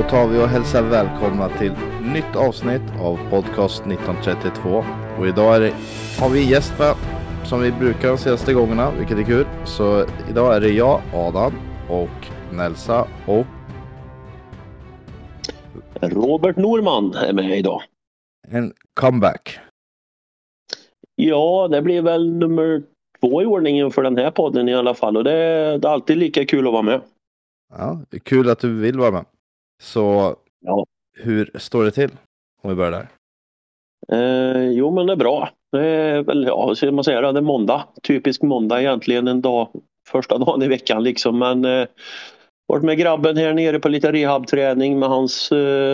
tar vi och hälsar välkomna till nytt avsnitt av podcast 1932. Och idag har vi gäst med, som vi brukar de senaste gångerna, vilket är kul. Så idag är det jag, Adam, och Nelsa och Robert Norman är med idag. en comeback. Ja, det blir väl nummer 2 i ordningen för den här podden i alla fall. Och det är alltid lika kul att vara med. Ja, det är kul att du vill vara med. Så Ja. hur står det till om vi börjar där? Jo, men det är bra. Det är väl, ja, ska man säga det är måndag. Typisk måndag egentligen, en dag, första dagen i veckan liksom. Men varit med grabben här nere på lite rehabträning med hans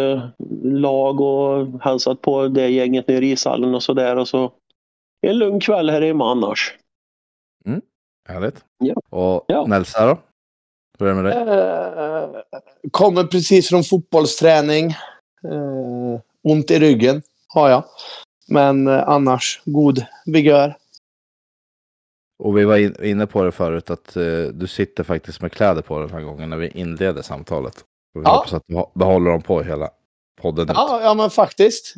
lag och hälsat på det gänget nere i ishallen och sådär. Och så en lugn kväll här hemma annars. Härligt. Ja. Och Ja. Nelsa då? Hur är det med dig? Kommer precis från fotbollsträning. Ont i ryggen har jag. Men annars god vigör. Och vi var inne på det förut att du sitter faktiskt med kläder på den här gången när vi inleder samtalet. Och vi hoppas att du behåller dem på hela podden. Ja, men faktiskt.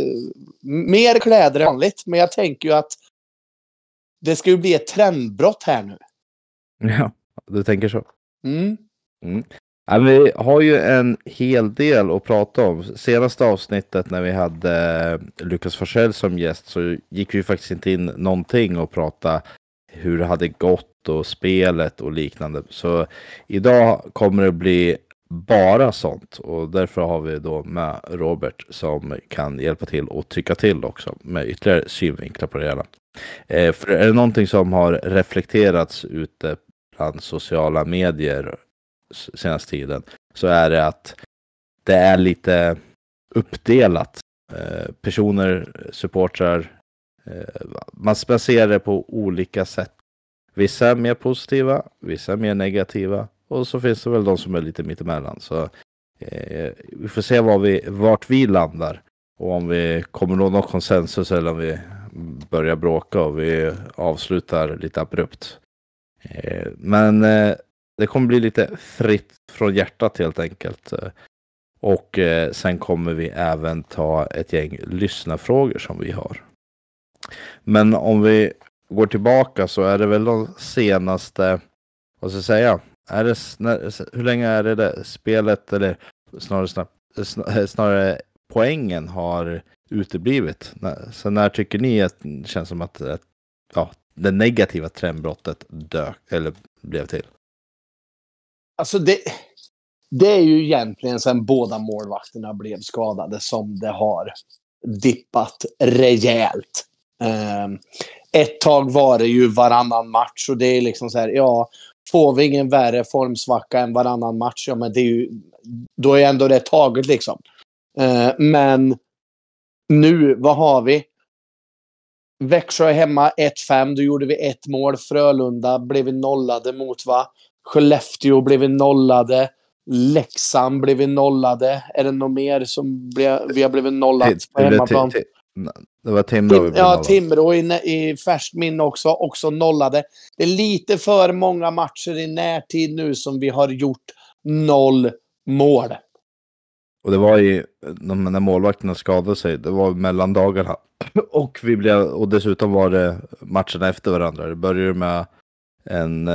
Mer kläder än vanligt. Men jag tänker ju att det ska ju bli ett trendbrott här nu. Ja, du tänker så. Mm. Ja, vi har ju en hel del att prata om. Senaste avsnittet när vi hade Lukas Forsell som gäst så gick vi faktiskt inte in någonting och prata hur det hade gått och spelet och liknande. Så idag kommer det bli bara sånt och därför har vi då med Robert som kan hjälpa till och tycka till också med ytterligare synvinklar på det hela. För är det någonting som har reflekterats ute bland sociala medier senaste tiden så är det att det är lite uppdelat. Personer, supportrar, man ser det på olika sätt. Vissa är mer positiva, vissa är mer negativa och så finns det väl de som är lite mittemellan. Så vi får se vart vi landar och om vi kommer nå någon konsensus eller om vi börjar bråka och vi avslutar lite abrupt. Men det kommer bli lite fritt från hjärtat helt enkelt. Och sen kommer vi även ta ett gäng lyssnarfrågor som vi har. Men om vi går tillbaka så är det väl de senaste, vad ska jag säga, hur länge är det spelet eller snarare poängen har uteblivit? Så när tycker ni att det känns som att det negativa trendbrottet blev till? Alltså det är ju egentligen sen båda målvakterna blev skadade som det har dippat rejält. Ett tag var det ju varannan match och det är liksom så här, ja, får vi ingen värre formsvacka än varannan match, ja men det är ju, då är ändå det taget liksom. Men nu, vad har vi? Växjö hemma 1-5, då gjorde vi 1 mål. Frölunda blev vi nollade mot Skellefteå blev vi nollade. Leksand blev vi nollade. Är det något mer som vi har blivit nollat på hemmaplan? Det var Timrå. Ja, Timrå i färskt minne också nollade. Det är lite för många matcher i närtid nu som vi har gjort 0 mål. Och det var ju när målvakterna skadade sig, det var mellan dagarna. Och dessutom var det matcherna efter varandra. Det började med en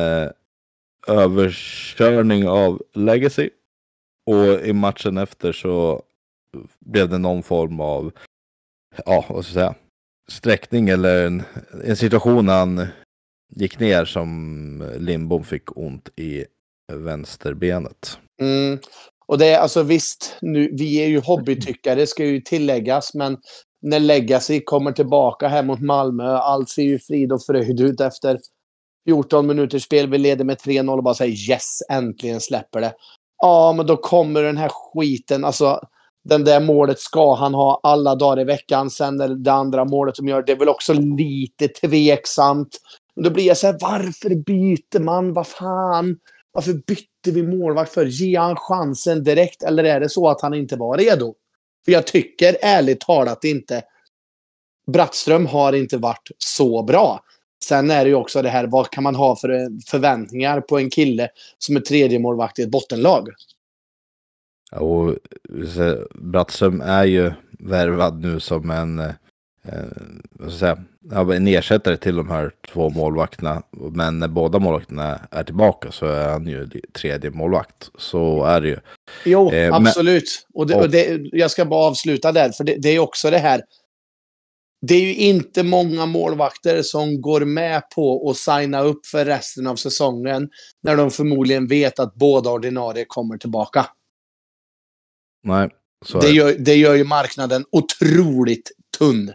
överkörning av Legacy. Och i matchen efter så blev det någon form av vad ska jag säga, sträckning eller en situation när han gick ner som Lindbom fick ont i vänsterbenet. Och det är alltså visst, nu, vi är ju hobbytyckare ska ju tilläggas, men när Legacy kommer tillbaka här mot Malmö, allt ser ju frid och fröjd ut efter 14 minuters spel, vi leder med 3-0 och bara säger yes, äntligen släpper det. Ja, men då kommer den här skiten, alltså den där målet ska han ha alla dagar i veckan. Sen det andra målet som gör det är väl också lite tveksamt. Då blir jag så här, varför byter man? Vad fan? Varför bytte vi målvakt för? Ge han chansen direkt? Eller är det så att han inte var redo? För jag tycker ärligt talat inte Brattström har inte varit så bra. Sen är det ju också det här, vad kan man ha för förväntningar på en kille som är tredje målvakt i ett bottenlag? Och Brattström är ju värvad nu som vad ska jag säga, en ersättare till de här 2 målvakterna. Men när båda målvakterna är tillbaka så är han ju tredje målvakt. Så är det ju. Jo, absolut. Jag ska bara avsluta där, för det är också det här. Det är ju inte många målvakter som går med på att signa upp för resten av säsongen när de förmodligen vet att båda ordinarie kommer tillbaka. Nej, så det gör ju marknaden otroligt tunn.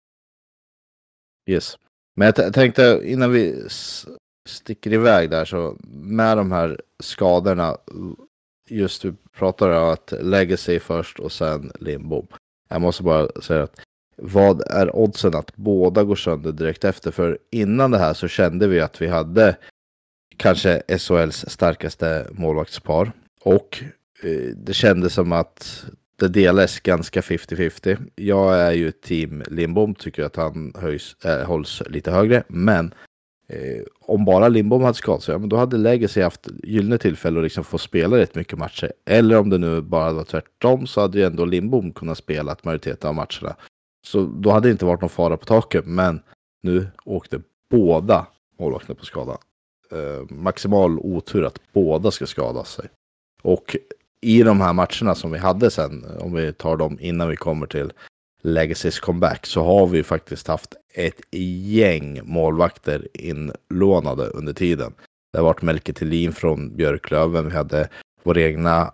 Yes. Men jag tänkte innan vi sticker iväg där, så med de här skadorna, just du pratar om att Legacy först och sen Lindbom. Jag måste bara säga att vad är oddsen att båda går sönder direkt efter? För innan det här så kände vi att vi hade kanske SHLs starkaste målvaktspar. Och det kändes som att det delas ganska 50-50. Jag är ju team Lindbom, tycker att han hålls lite högre. Men om bara Lindbom hade skadat sig, då hade Legacy haft gyllene tillfälle att liksom få spela rätt mycket matcher. Eller om det nu bara var tvärtom, så hade ju ändå Lindbom kunnat spela majoriteten av matcherna. Så då hade det inte varit någon fara på taket. Men nu åkte båda målvakterna på skada. Maximal otur att båda ska skada sig. Och i de här matcherna som vi hade sen, om vi tar dem innan vi kommer till Legacys comeback, så har vi faktiskt haft ett gäng målvakter inlånade under tiden. Det har varit Melke Thelin från Björklöven. Vi hade vår egna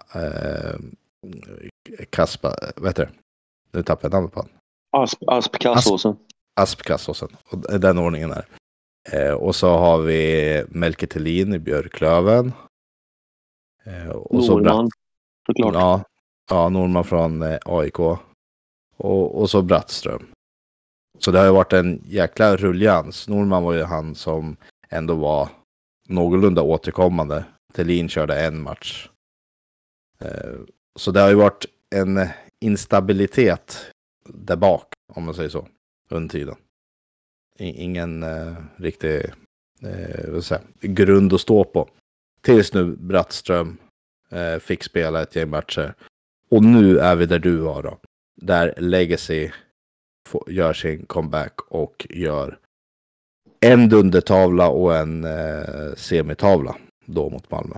Kaspa, vet du? Nu tappar jag namnet på honom. Asp-Kassåsen. Asp-Kassåsen, och den ordningen är. Och så har vi Melke Thelin i Björklöven. Och Norman, såklart. Ja, Norman från AIK. Och så Brattström. Så det har ju varit en jäkla rullians. Norman var ju han som ändå var någorlunda återkommande. Thelin körde en match. Så det har ju varit en instabilitet där bak, om man säger så, under tiden. Ingen riktig grund att stå på. Tills nu Brattström fick spela ett gäng matcher. Och nu är vi där du var då. Där Legacy gör sin comeback och gör en dundertavla och en semitavla då mot Malmö.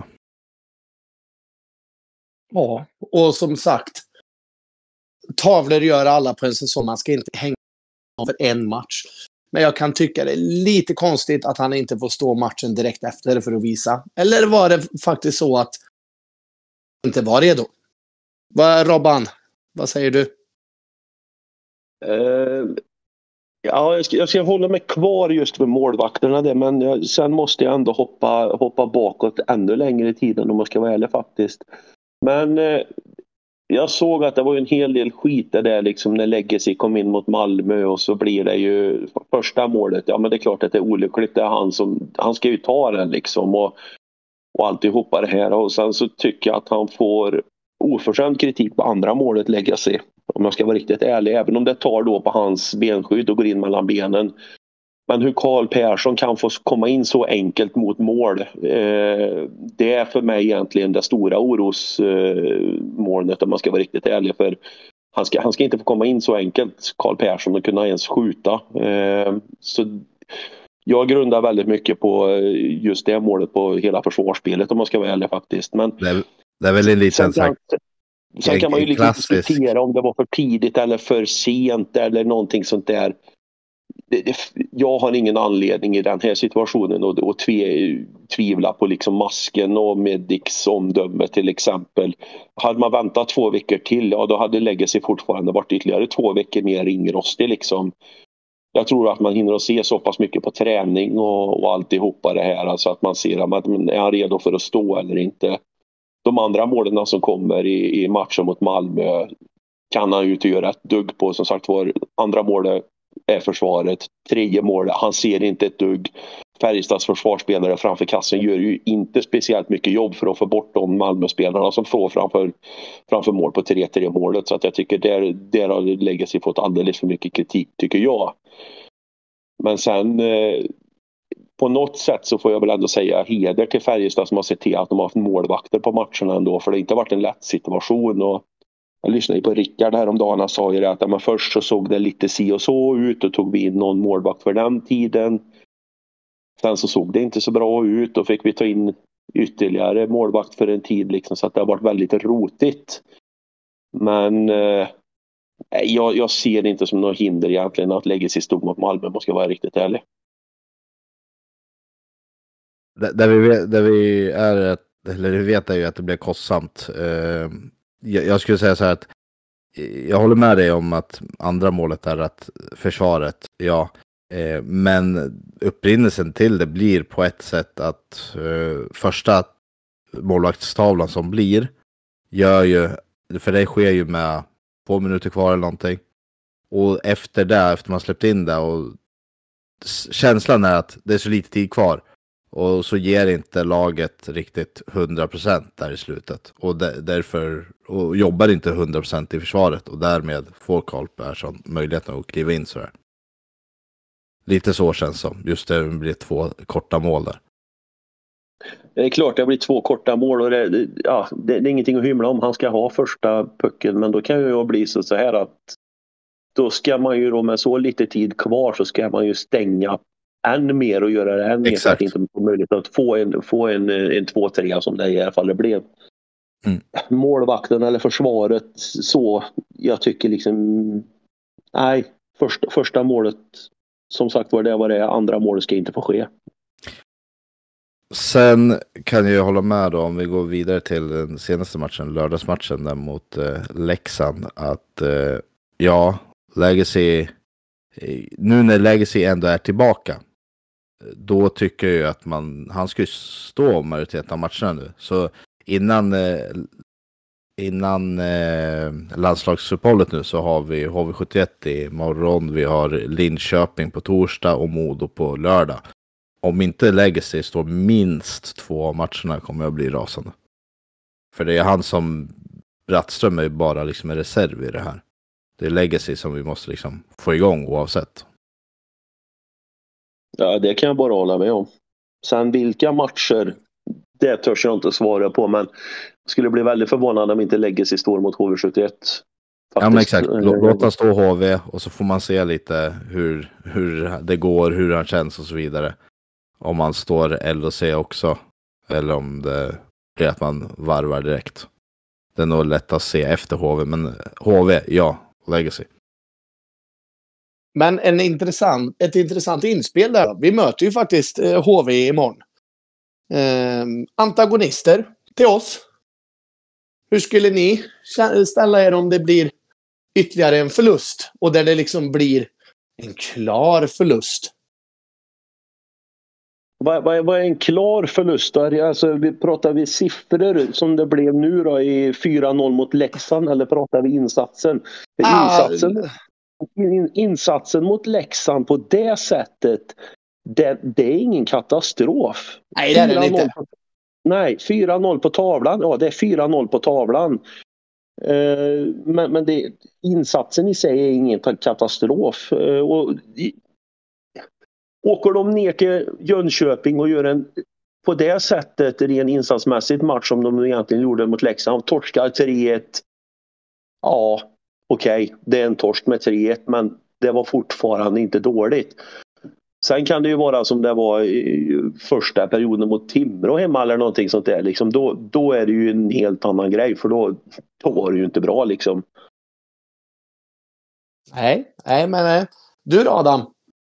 Ja, och som sagt, tavlor gör alla på en säsong. Man ska inte hänga över en match. Men jag kan tycka det är lite konstigt att han inte får stå matchen direkt efter för att visa. Eller var det faktiskt så att han inte var redo? Robban, vad säger du? Ja, jag ska hålla mig kvar just med målvakterna där, men sen måste jag ändå hoppa bakåt ännu längre i tiden om man ska vara ärlig faktiskt. Men jag såg att det var en hel del skit där liksom när Legacy kom in mot Malmö, och så blir det ju första målet. Ja, men det är klart att det är olyckligt. Det är han ska ju ta den liksom och alltihopa det här. Och sen så tycker jag att han får oförskämd kritik på andra målet Legacy. Om jag ska vara riktigt ärlig. Även om det tar då på hans benskydd och går in mellan benen. Men hur Karl Persson kan få komma in så enkelt mot mål, det är för mig egentligen det stora orosmolnet, om man ska vara riktigt ärlig. För han ska inte få komma in så enkelt, Karl Persson, och kunna ens skjuta. Så jag grundar väldigt mycket på just det målet, på hela försvarsspelet, om man ska vara ärlig faktiskt. Men det är väl en liten sen kan man ju lite diskutera om det var för tidigt eller för sent eller någonting sånt där. Jag har ingen anledning i den här situationen att tvivla på liksom masken och Medics omdöme till exempel. Hade man väntat 2 veckor till, ja, då hade Legacy fortfarande varit ytterligare 2 veckor mer ringrostig liksom. Jag tror att man hinner att se så pass mycket på träning och alltihopa det här, alltså att man ser om är han redo för att stå eller inte. De andra målen som kommer i matchen mot Malmö kan han ju inte göra ett dugg på. Som sagt var, andra målet är försvaret. 3:e målet, han ser inte ett dugg. Färjestads försvarsspelare framför kassen gör ju inte speciellt mycket jobb för att få bort de Malmö-spelarna som får framför mål på 3-3 målet. Så att jag tycker där har Legacy fått alldeles för mycket kritik, tycker jag. Men sen på något sätt så får jag väl ändå säga heder till Färjestad som har sett till att de har haft målvakter på matcherna ändå. För det har inte varit en lätt situation. Och jag lyssnade ju på Rickard häromdagen. Han sa ju det att först så såg det lite si och så ut och tog vi in någon målvakt för den tiden. Sen så såg det inte så bra ut och fick vi ta in ytterligare målvakt för en tid liksom, så att det har varit väldigt rotigt. Men jag ser det inte som något hinder egentligen att lägga sig stod mot Malmö, om jag ska vara riktigt ärlig. Där vi är, eller vi vet är ju att det blir kostsamt. Jag skulle säga så här att jag håller med dig om att andra målet är att försvaret, ja. Men upprinnelsen till det blir på ett sätt att första målvaktstavlan som blir gör ju, för det sker ju med 2 minuter kvar eller någonting. Och efter man släppt in det och känslan är att det är så lite tid kvar. Och så ger inte laget riktigt 100% där i slutet. Och därför och jobbar inte 100% i försvaret. Och därmed får Karl Persson möjligheten att kliva in så här. Lite så känns som. Just det blir 2 korta mål där. Det är klart det blir 2 korta mål. Och det är ingenting att hymla om. Han ska ha första pucken. Men då kan ju bli så här att då ska man ju då med så lite tid kvar så ska man ju stänga än mer och göra det än mer för att inte få möjlighet att få en 2-3 som det i alla fall det blev. Målvakten eller försvaret så jag tycker liksom nej, första målet som sagt var det andra målet ska inte få ske. Sen kan jag hålla med då om vi går vidare till den senaste matchen, lördagsmatchen där mot Leksand, att Legacy nu när Legacy ändå är tillbaka, då tycker jag att han ska stå majoriteten av matcherna nu. Så innan landslagsuppehållet nu så har vi HV71 i morgon, vi har Linköping på torsdag och Modo på lördag. Om inte Legacy står minst 2 av matcherna kommer jag bli rasande. För det är han som Brattström är ju bara liksom en reserv i det här. Det är Legacy som vi måste liksom få igång oavsett. Ja, det kan jag bara hålla med om. Sen vilka matcher, det törs jag inte svara på, men skulle bli väldigt förvånad om inte Legacy står mot HV71. Faktiskt. Ja, men exakt. Låt han stå HV och så får man se lite hur det går, hur han känns och så vidare. Om han står LOC också. Eller om det blir att man varvar direkt. Det är nog lätt att se efter HV, men HV, ja, Legacy. Men ett intressant inspel där. Vi möter ju faktiskt HV imorgon. Antagonister till oss. Hur skulle ni ställa er om det blir ytterligare en förlust? Och där det liksom blir en klar förlust. Vad är en klar förlust då? Alltså, pratar vi siffror som det blev nu då i 4-0 mot Leksand, eller pratar vi insatsen? Insatsen mot Leksand på det sättet, det är ingen katastrof. Nej, det är det inte. Nej, 4-0 på tavlan. Ja, det är 4-0 på tavlan. Men insatsen i sig är ingen katastrof. Åker de ner till Jönköping och gör en på det sättet ren insatsmässigt match som de egentligen gjorde mot Leksand, torskar 3-1. Ja, okej, det är en torsk med 3-1, men det var fortfarande inte dåligt. Sen kan det ju vara som det var i första perioden mot Timrå hemma eller någonting sånt där. Liksom, då är det ju en helt annan grej, för då var det ju inte bra liksom. Nej, men du då, Adam?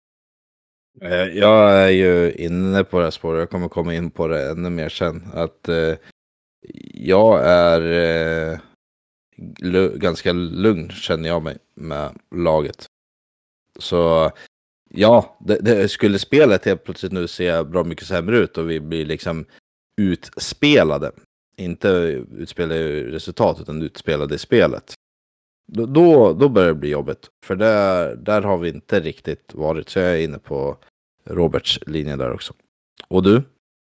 Jag är ju inne på det här spåret. Jag kommer komma in på det ännu mer sen. Att jag är ganska lugn, känner jag mig, med laget. Så ja, det skulle spelet helt plötsligt nu se bra mycket sämre ut och vi blir liksom utspelade. Inte utspelade resultat utan utspelade i spelet. Då börjar det bli jobbigt. För där har vi inte riktigt varit. Så jag är inne på Roberts linje där också. Och du?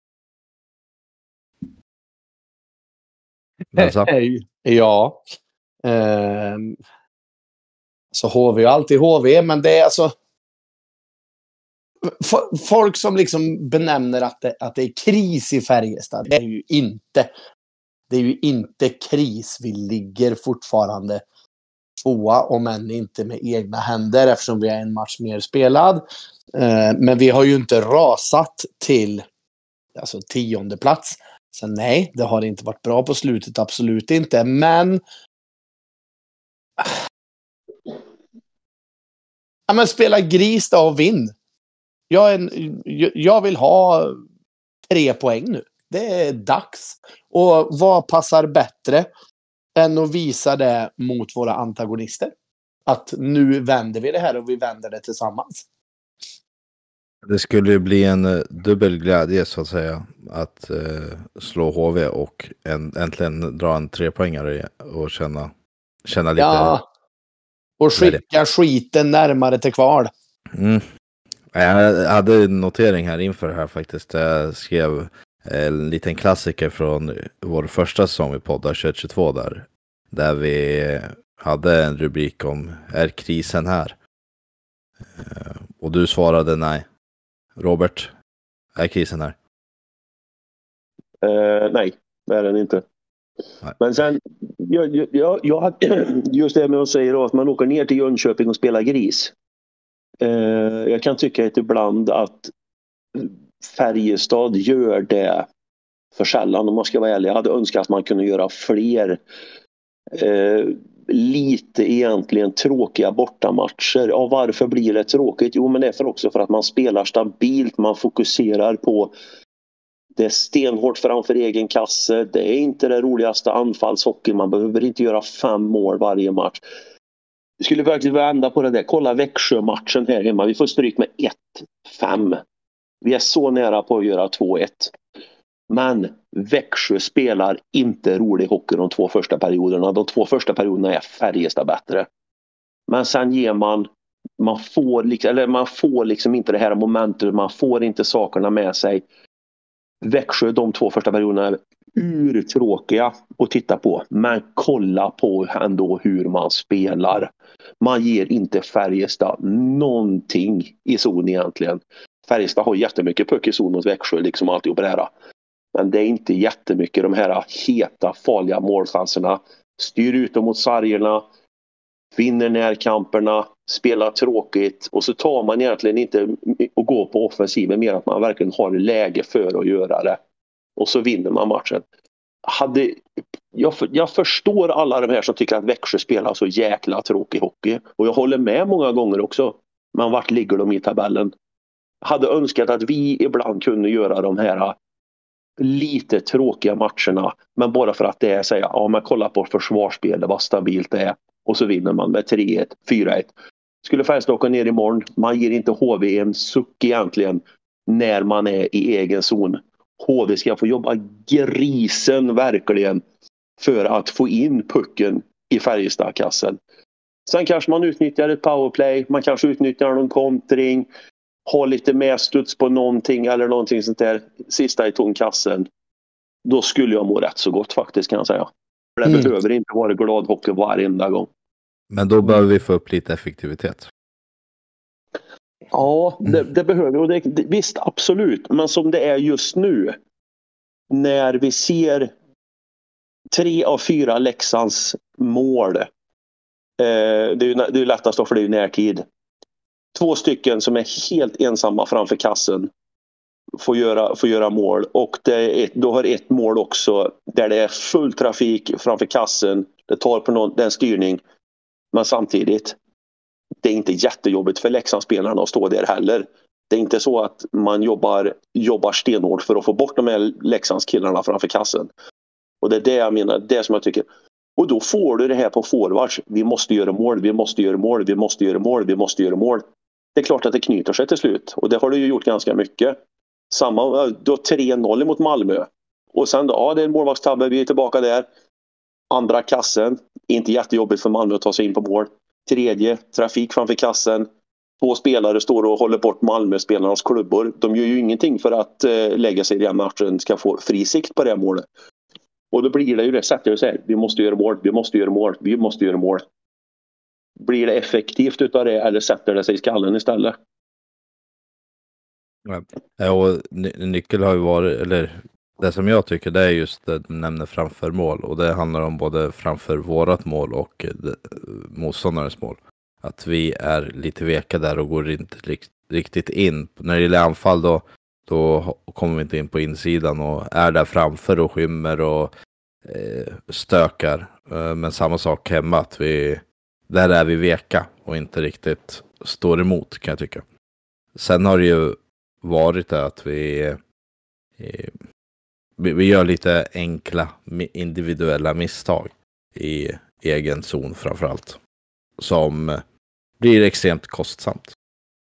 Ja. Så HV är alltid HV, men det är alltså... folk som liksom benämner att det är kris i Färjestad, det är ju inte. Det är ju inte kris. Vi ligger fortfarande 2, om än inte med egna händer eftersom vi har en match mer spelad. Men vi har ju inte rasat till 10:e plats. Så nej, det har inte varit bra på slutet, absolut inte. Men spela gris då och vinn. Jag vill ha 3 poäng nu. Det är dags. Och vad passar bättre än att visa det mot våra antagonister? Att nu vänder vi det här och vi vänder det tillsammans. Det skulle ju bli en dubbel glädje så att säga att slå HV och äntligen dra en 3-poängare och känna lite. Ja, och skicka skiten närmare till kval. Jag hade en notering här inför det här faktiskt. Jag skrev en liten klassiker från vår första säsong i poddar 2022 där vi hade en rubrik om är krisen här? Och du svarade nej. Robert, är krisen här? Nej, det är den inte. Nej. Men sen, jag hade just det med att säga att man åker ner till Jönköping och spelar gris. Jag kan tycka ibland att Färjestad gör det för sällan, om man ska vara ärlig. Jag hade önskat att man kunde göra fler lite egentligen tråkiga bortamatcher. Ja, varför blir det tråkigt? Jo, men det är också för att man spelar stabilt, man fokuserar på det är stenhårt framför egen kasse. Det är inte det roligaste anfallshockey. Man behöver inte göra 5 mål varje match. Vi skulle verkligen vända på det där. Kolla Växjö-matchen här hemma. Vi får stryk med 1-5. Vi är så nära på att göra 2-1. Men Växjö spelar inte rolig hockey de 2 första perioderna. De 2 första perioderna är Färjestad bättre. Men sen ger man får liksom inte det här momentet. Man får inte sakerna med sig. Växjö de 2 första perioderna är urtråkiga att titta på. Men kolla på ändå hur man spelar. Man ger inte Färjestad någonting i zon egentligen. Färjestad har jättemycket puck i zon mot Växjö liksom alltid på det här. Men det är inte jättemycket de här heta, farliga målchanserna. Styr ut dem mot sargerna. Vinner närkamperna. Spelar tråkigt. Och så tar man egentligen inte och går på offensiven mer att man verkligen har läge för att göra det. Och så vinner man matchen. Jag förstår alla de här som tycker att Växjö spelar så jäkla tråkig hockey. Och jag håller med många gånger också. Men vart ligger de i tabellen? Hade önskat att vi ibland kunde göra de här lite tråkiga matcherna. Men bara för att det är säga, ja men kolla på försvarsspel, vad stabilt det är. Och så vinner man med 3-1, 4-1. Skulle Färjestad åka ner imorgon, man ger inte HV en suck egentligen när man är i egen zon. HV ska få jobba grisen verkligen för att få in pucken i Färjestadkassen. Sen kanske man utnyttjar ett powerplay, man kanske utnyttjar någon kontring, har lite medstuds på någonting eller någonting sånt där sista i tomkassen. Då skulle jag må rätt så gott faktiskt kan jag säga. För det behöver inte vara glad hockey varenda gång. Men då behöver vi få upp lite effektivitet. Ja, det behöver vi. Och visst, absolut. Men som det är just nu, när vi ser 3 av 4 Leksands mål. Det är ju lättast då för det är ju närtid. 2 stycken som är helt ensamma framför kassen får göra mål. Och då har ett mål också där det är full trafik framför kassen. Det tar på den styrning. Men samtidigt, det är inte jättejobbigt för Leksandsspelarna att stå där heller. Det är inte så att man jobbar stenhårt för att få bort de här Leksandskillarna framför kassen. Och det är det jag menar, det som jag tycker. Och då får du det här på forwards. Vi måste göra mål, vi måste göra mål, vi måste göra mål, vi måste göra mål. Det är klart att det knyter sig till slut. Och det har du ju gjort ganska mycket. Då 3-0 mot Malmö. Och sen då, ja det är en målvaktstabbe, vi är tillbaka där. Andra kassen, inte jättejobbigt för Malmö att ta sig in på mål. Tredje, trafik framför kassen. 2 spelare står och håller bort Malmö-spelarnas klubbor. De gör ju ingenting för att lägga sig i den matchen, ska få fri sikt på det här målet. Och då blir det ju det sättet att säga, vi måste göra mål, vi måste göra mål, vi måste göra mål. Blir det effektivt utav det eller sätter det sig i skallen istället? Ja, och nyckel har ju varit, eller det som jag tycker, det är just det du nämner framför mål. Och det handlar om både framför vårat mål och motståndarens mål. Att vi är lite veka där och går inte riktigt in. När det gäller anfall då kommer vi inte in på insidan och är där framför och skymmer och stökar. Men samma sak hemma, att där är vi veka och inte riktigt står emot, kan jag tycka. Sen har det ju varit att vi gör lite enkla individuella misstag i egen zon framförallt, som blir extremt kostsamt.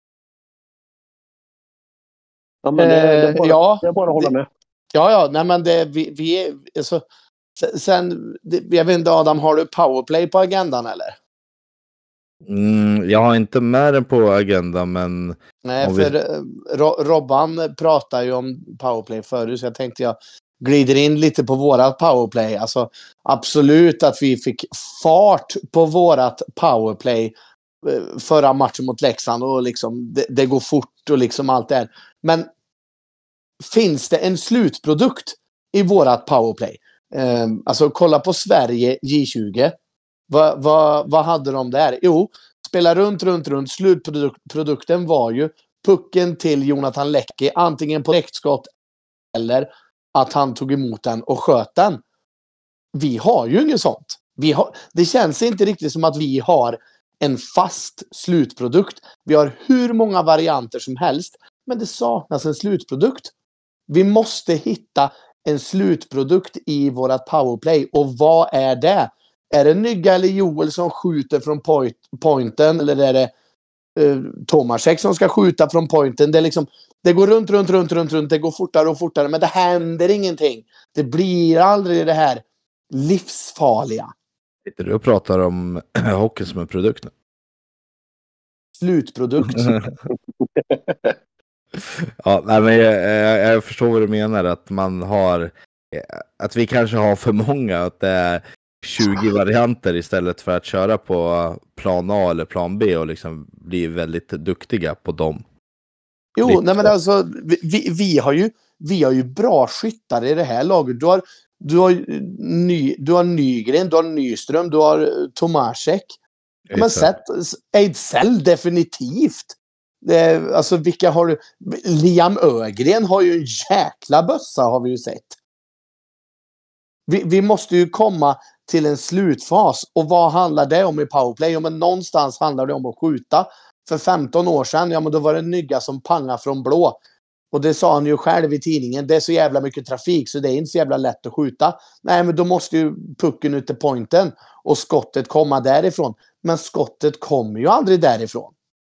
Ja, men det är bara att hålla med. Ja, nej men vi är alltså, sen, jag vet inte, Adam, har du powerplay på agendan eller? Jag har inte med den på agendan, men Nej, för Robban pratar ju om powerplay förut, så jag tänkte jag glider in lite på vårat powerplay. Alltså absolut att vi fick fart på vårat powerplay förra matchen mot Leksand, och liksom det går fort och liksom allt det här. Men finns det en slutprodukt i vårat powerplay? Alltså kolla på Sverige J20. Vad hade de där? Jo, spela runt. Slutprodukten var ju pucken till Jonathan Läcki, antingen på direktskott eller att han tog emot den och sköt den. Vi har ju inget sånt. Det känns inte riktigt som att vi har en fast slutprodukt. Vi har hur många varianter som helst, men det saknas en slutprodukt. Vi måste hitta en slutprodukt i vårat powerplay. Och vad är det? Är det Nygga eller Joel som skjuter från pointen? Eller är det Tomasek som ska skjuta från pointen? Det går runt. Det går fortare och fortare. Men det händer ingenting. Det blir aldrig det här livsfarliga. Du pratar om hockey som en produkt nu. Slutprodukt. Ja, nej, men jag förstår vad du menar, att man har, att vi kanske har för många, att det är 20 varianter istället för att köra på plan A eller plan B och liksom bli väldigt duktiga på dem. Jo, nej, men alltså vi har ju bra skyttar i det här laget. Du har Nygren, du har Nyström, du har Tomasek. Men sett Ejdsell definitivt. Alltså vilka har du? Liam Ögren har ju en jäkla bössa, har vi ju sett. Vi måste ju komma till en slutfas. Och vad handlar det om i powerplay? Ja, men någonstans handlar det om att skjuta. För 15 år sedan, ja men då var det Nygga som pangade från blå. Och det sa han ju själv i tidningen. Det är så jävla mycket trafik så det är inte så jävla lätt att skjuta. Nej, men då måste ju pucken ut till pointen och skottet komma därifrån. Men skottet kommer ju aldrig därifrån.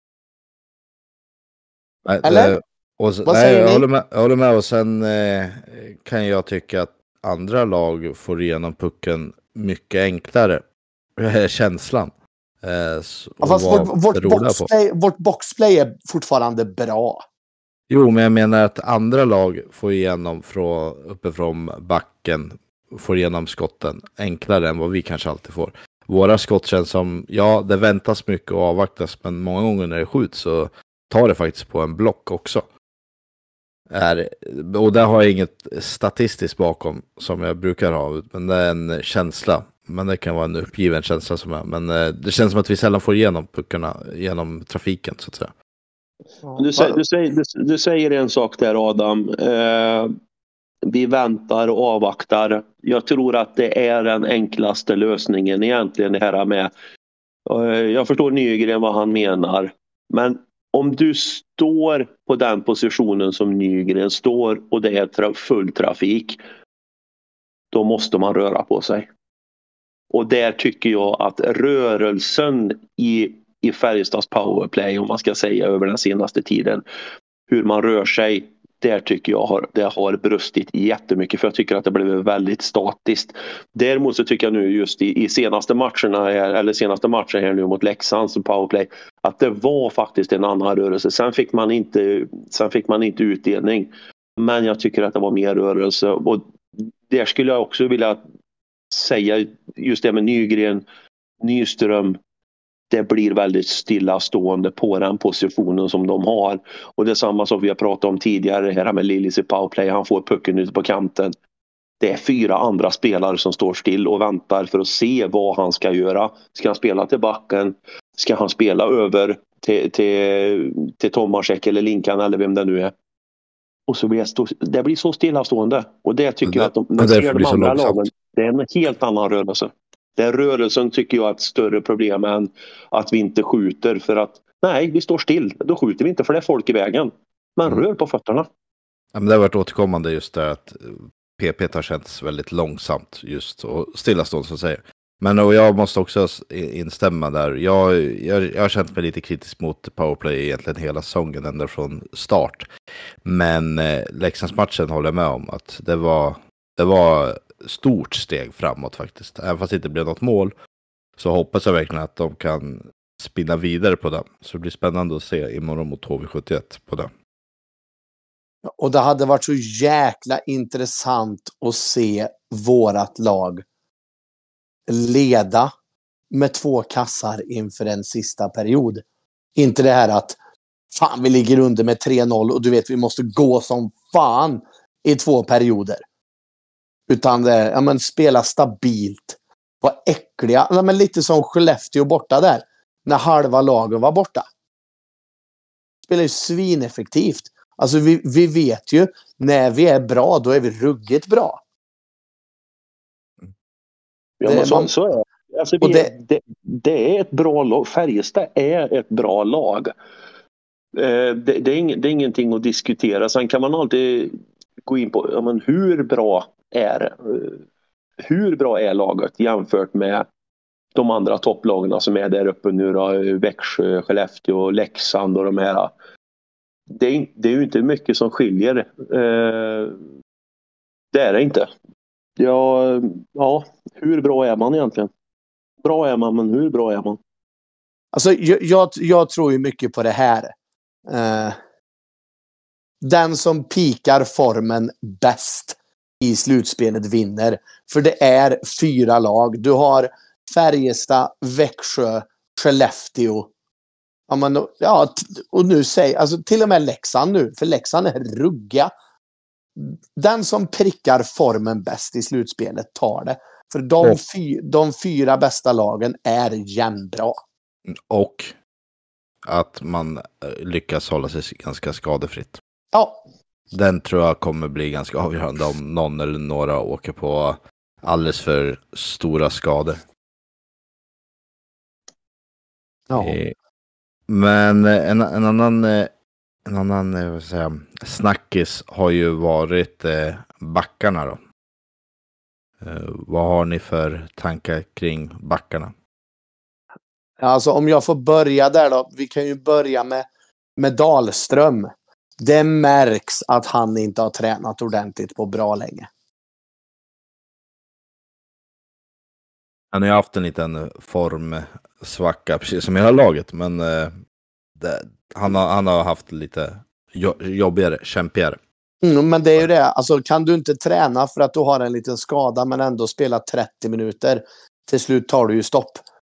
Nej, eller? Vad säger ni? Jag håller med. Och sen kan jag tycka att andra lag får igenom pucken mycket enklare. Känslan. Fast vårt boxplay är fortfarande bra. Jo, men jag menar att andra lag får igenom uppifrån backen, får igenom skotten enklare än vad vi kanske alltid får. Våra skott känns som, ja, det väntas mycket och avvaktas, men många gånger när det skjuts så tar det faktiskt på en block också. Och där har jag inget statistiskt bakom som jag brukar ha, men det är en känsla. Men det kan vara en uppgiven känsla men det känns som att vi sällan får igenom puckarna genom trafiken, så att säga. Du säger en sak där, Adam. Vi väntar och avvaktar. Jag tror att det är den enklaste lösningen egentligen, det här med. Jag förstår Nygren vad han menar. Men om du står på den positionen som Nygren står och det är full trafik, då måste man röra på sig. Och där tycker jag att rörelsen i Färjestads powerplay, om man ska säga över den senaste tiden, hur man rör sig, där tycker jag det har brustit jättemycket, för jag tycker att det blev väldigt statiskt. Däremot så tycker jag nu just i senaste matchen här nu mot Leksand som powerplay, att det var faktiskt en annan rörelse. Sen fick man inte utdelning, men jag tycker att det var mer rörelse. Och där skulle jag också vilja säga just det med Nygren, Nyström, det blir väldigt stillastående på den positionen som de har. Och det är samma som vi har pratat om tidigare här med Lillis i powerplay. Han får pucken ute på kanten. Det är 4 andra spelare som står still och väntar för att se vad han ska göra. Ska han spela till backen? Ska han spela över till Tomasek eller Linkan eller vem det nu är? Och så det blir så stillastående. Och det tycker jag att man ser de andra lagen. Det är en helt annan rörelse. Den rörelsen tycker jag är ett större problem än att vi inte skjuter. För att nej, vi står still. Då skjuter vi inte för det är folk i vägen. Man rör på fötterna. Ja, men det har varit återkommande just det att PP har känts väldigt långsamt just och stillastående som säger. Men och jag måste också instämma där. Jag har känt mig lite kritisk mot powerplay egentligen hela säsongen ända från start. Men Leksandsmatchen håller jag med om att det var stort steg framåt faktiskt. Även fast det inte blev något mål så hoppas jag verkligen att de kan spinna vidare på det. Så det blir spännande att se imorgon mot HV71 på det. Och det hade varit så jäkla intressant att se vårat lag leda med 2 kassar inför en sista period. Inte det här att fan vi ligger under med 3-0 och du vet vi måste gå som fan i 2 perioder. Utan det, spela stabilt. Var äckliga. Men lite som Skellefteå borta där. När halva lagen var borta. Spelar ju svineffektivt. Alltså vi vet ju när vi är bra då är vi ruggigt bra. Ja, men så är det. Alltså, det är ett bra lag. Färjestad är ett bra lag. Det är ingenting att diskutera. Sen kan man alltid gå in på hur bra är laget jämfört med de andra topplagen som är där uppe nu då, Växjö, Skellefteå, Leksand och de här. Det är ju inte mycket som skiljer. Det är det inte. Ja, hur bra är man egentligen? Bra är man, men hur bra är man? Alltså, jag tror ju mycket på det här. Den som pikar formen bäst i slutspelet vinner. För det är 4 lag. Du har Färjestad, Växjö, Skellefteå. Ja, och nu alltså till och med Leksand nu. För Leksand är rugga. Den som prickar formen bäst i slutspelet tar det. För de 4 bästa lagen är jämnbra. Och att man lyckas hålla sig ganska skadefritt. Ja. Den tror jag kommer bli ganska avgörande om någon eller några åker på alldeles för stora skador. Ja. Men en annan vad ska jag säga, snackis har ju varit backarna då. Vad har ni för tankar kring backarna? Alltså om jag får börja där då. Vi kan ju börja med Dahlström. Det märks att han inte har tränat ordentligt på bra länge. Han har ju haft en liten formsvacka precis som hela laget. Men han har haft lite jobbigare, kämpigare. Men det är ju det. Alltså kan du inte träna för att du har en liten skada men ändå spela 30 minuter. Till slut tar du ju stopp.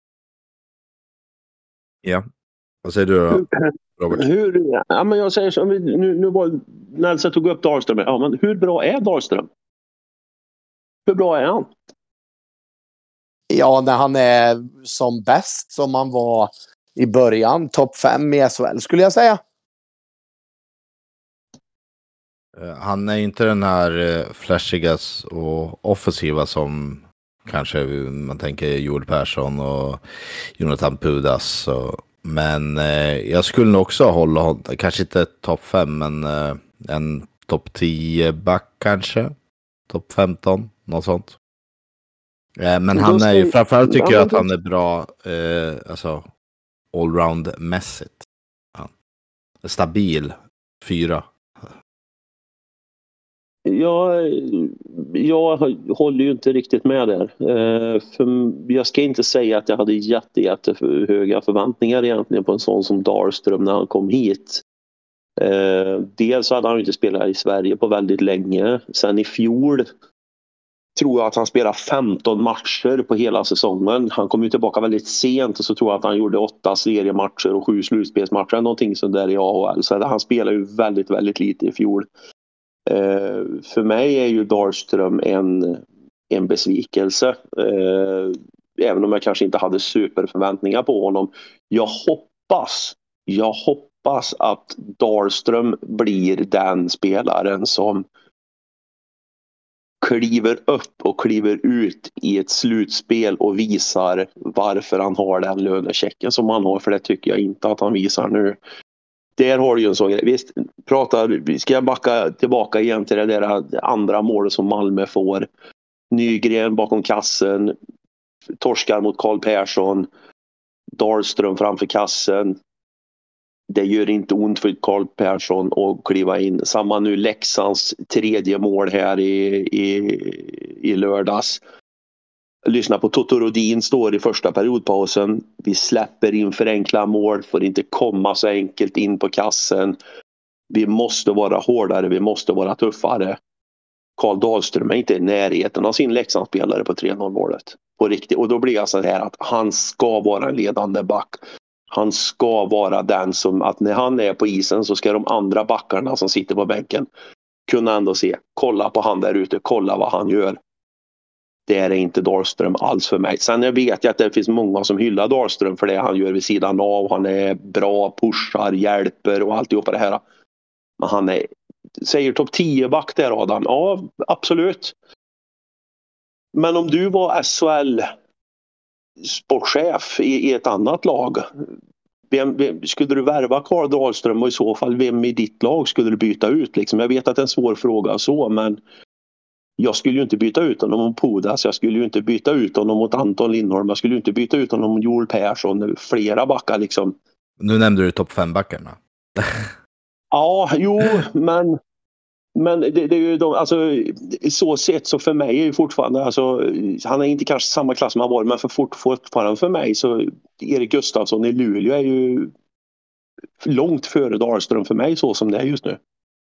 Ja. Vad säger du då, Robert? Men jag säger så. Nu var Nelson tog upp Dahlström. Ja, men hur bra är Dahlström? Hur bra är han? Ja, när han är som bäst som han var i början. Topp 5 i SHL skulle jag säga. Han är inte den här flashiga och offensiva som kanske man tänker Joel Persson och Jonathan Pudas. Men jag skulle nog också hålla honom, kanske inte topp 5 men en topp 10 back kanske. Topp 15, något sånt. Men han är ju, framförallt tycker jag att han är bra alltså allround-mässigt. Ja. Stabil 4. Jag håller ju inte riktigt med där. För jag ska inte säga att jag hade jättehöga förväntningar egentligen på en sån som Dahlström när han kom hit. Dels hade han inte spelat i Sverige på väldigt länge. Sen i fjol tror jag att han spelar 15 matcher på hela säsongen. Han kom ju tillbaka väldigt sent och så tror jag att han gjorde 8 seriematcher och 7 slutspelsmatcher. Någonting sånt där i AHL. Så han spelar ju väldigt, väldigt lite i fjol. För mig är ju Dahlström en besvikelse. Även om jag kanske inte hade superförväntningar på honom. Jag hoppas att Dahlström blir den spelaren som kliver upp och kliver ut i ett slutspel och visar varför han har den lönechecken som han har, för det tycker jag inte att han visar nu. Där har du ju en sån grej. Visst, ska jag backa tillbaka igen till det där andra målet som Malmö får. Nygren bakom kassen, torskar mot Karl Persson, Dahlström framför kassen. Det gör inte ont för Karl Persson att kliva in. Samma nu Leksands tredje mål här i lördags. Lyssna på Toto Rodin står i första periodpausen. Vi släpper in för enkla mål. Får inte komma så enkelt in på kassen. Vi måste vara hårdare. Vi måste vara tuffare. Karl Dahlström är inte i närheten av sin Leksandsspelare på 3-0 målet. På riktigt. Och då blir jag så här att han ska vara en ledande back. Han ska vara den som, att när han är på isen så ska de andra backarna som sitter på bänken kunna ändå se, kolla på han där ute, kolla vad han gör. Det är inte Dahlström alls för mig. Sen jag vet jag att det finns många som hyllar Dahlström för det han gör vid sidan av. Han är bra, pushar, hjälper och alltihopa det här. Men han är, säger topp 10 back där, Adam. Ja, absolut. Men om du var SHL sportchef i ett annat lag, vem skulle du värva Karl Dahlström, och i så fall vem i ditt lag skulle du byta ut liksom? Jag vet att det är en svår fråga så, men jag skulle ju inte byta ut honom mot Pudas, jag skulle ju inte byta ut honom mot Anton Lindholm, jag skulle ju inte byta ut honom mot Joel Persson, flera backar liksom. Nu nämnde du topp 5-backarna. Ja, jo, men det är ju de, alltså, så sett så för mig är ju fortfarande, alltså, han är inte kanske samma klass som han var, men fortfarande för mig så Erik Gustafsson i Luleå är ju långt före Dahlström för mig så som det är just nu.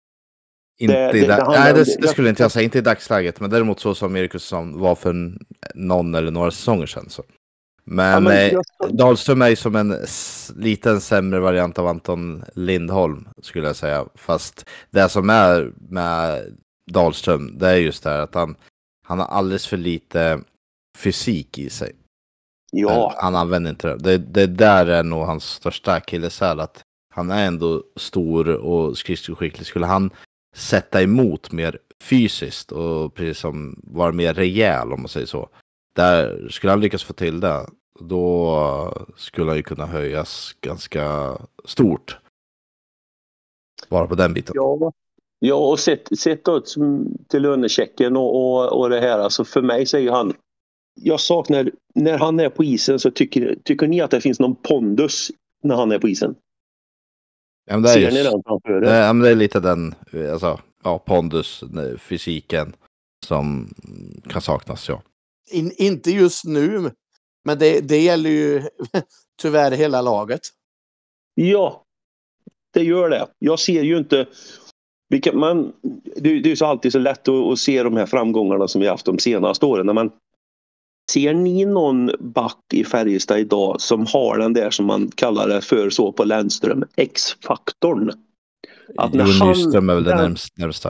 Det skulle inte jag säga, inte i dagsläget, men däremot så som Erik Gustafsson var för någon eller några säsonger sedan så. Men, Dahlström är ju som en liten sämre variant av Anton Lindholm skulle jag säga. Fast det som är med Dahlström, det är just det här att han har alldeles för lite fysik i sig. Ja. Han använder inte det. Det där är nog hans största akilleshäl, att han är ändå stor och skridskoskicklig. Skulle han sätta emot mer fysiskt och precis som vara mer rejäl, om man säger så. Där skulle han lyckas få till det, då skulle han ju kunna höjas ganska stort. Bara på den biten. Ja, och sett då till lönechecken och det här, alltså för mig säger han, jag saknar, när han är på isen så tycker ni att det finns någon pondus när han är på isen? Ja, men ser ni den framför er? Ja, men det är lite den, alltså, ja, pondus, fysiken som kan saknas, ja. Inte just nu, men det gäller ju tyvärr hela laget. Ja, det gör det. Jag ser ju inte det är ju så alltid så lätt att se de här framgångarna som vi haft de senaste åren. När man ser ni någon back i Färjestad idag som har den där som man kallar det för så på Lennström, X-faktorn? Att när Nyström är väl den närmsta.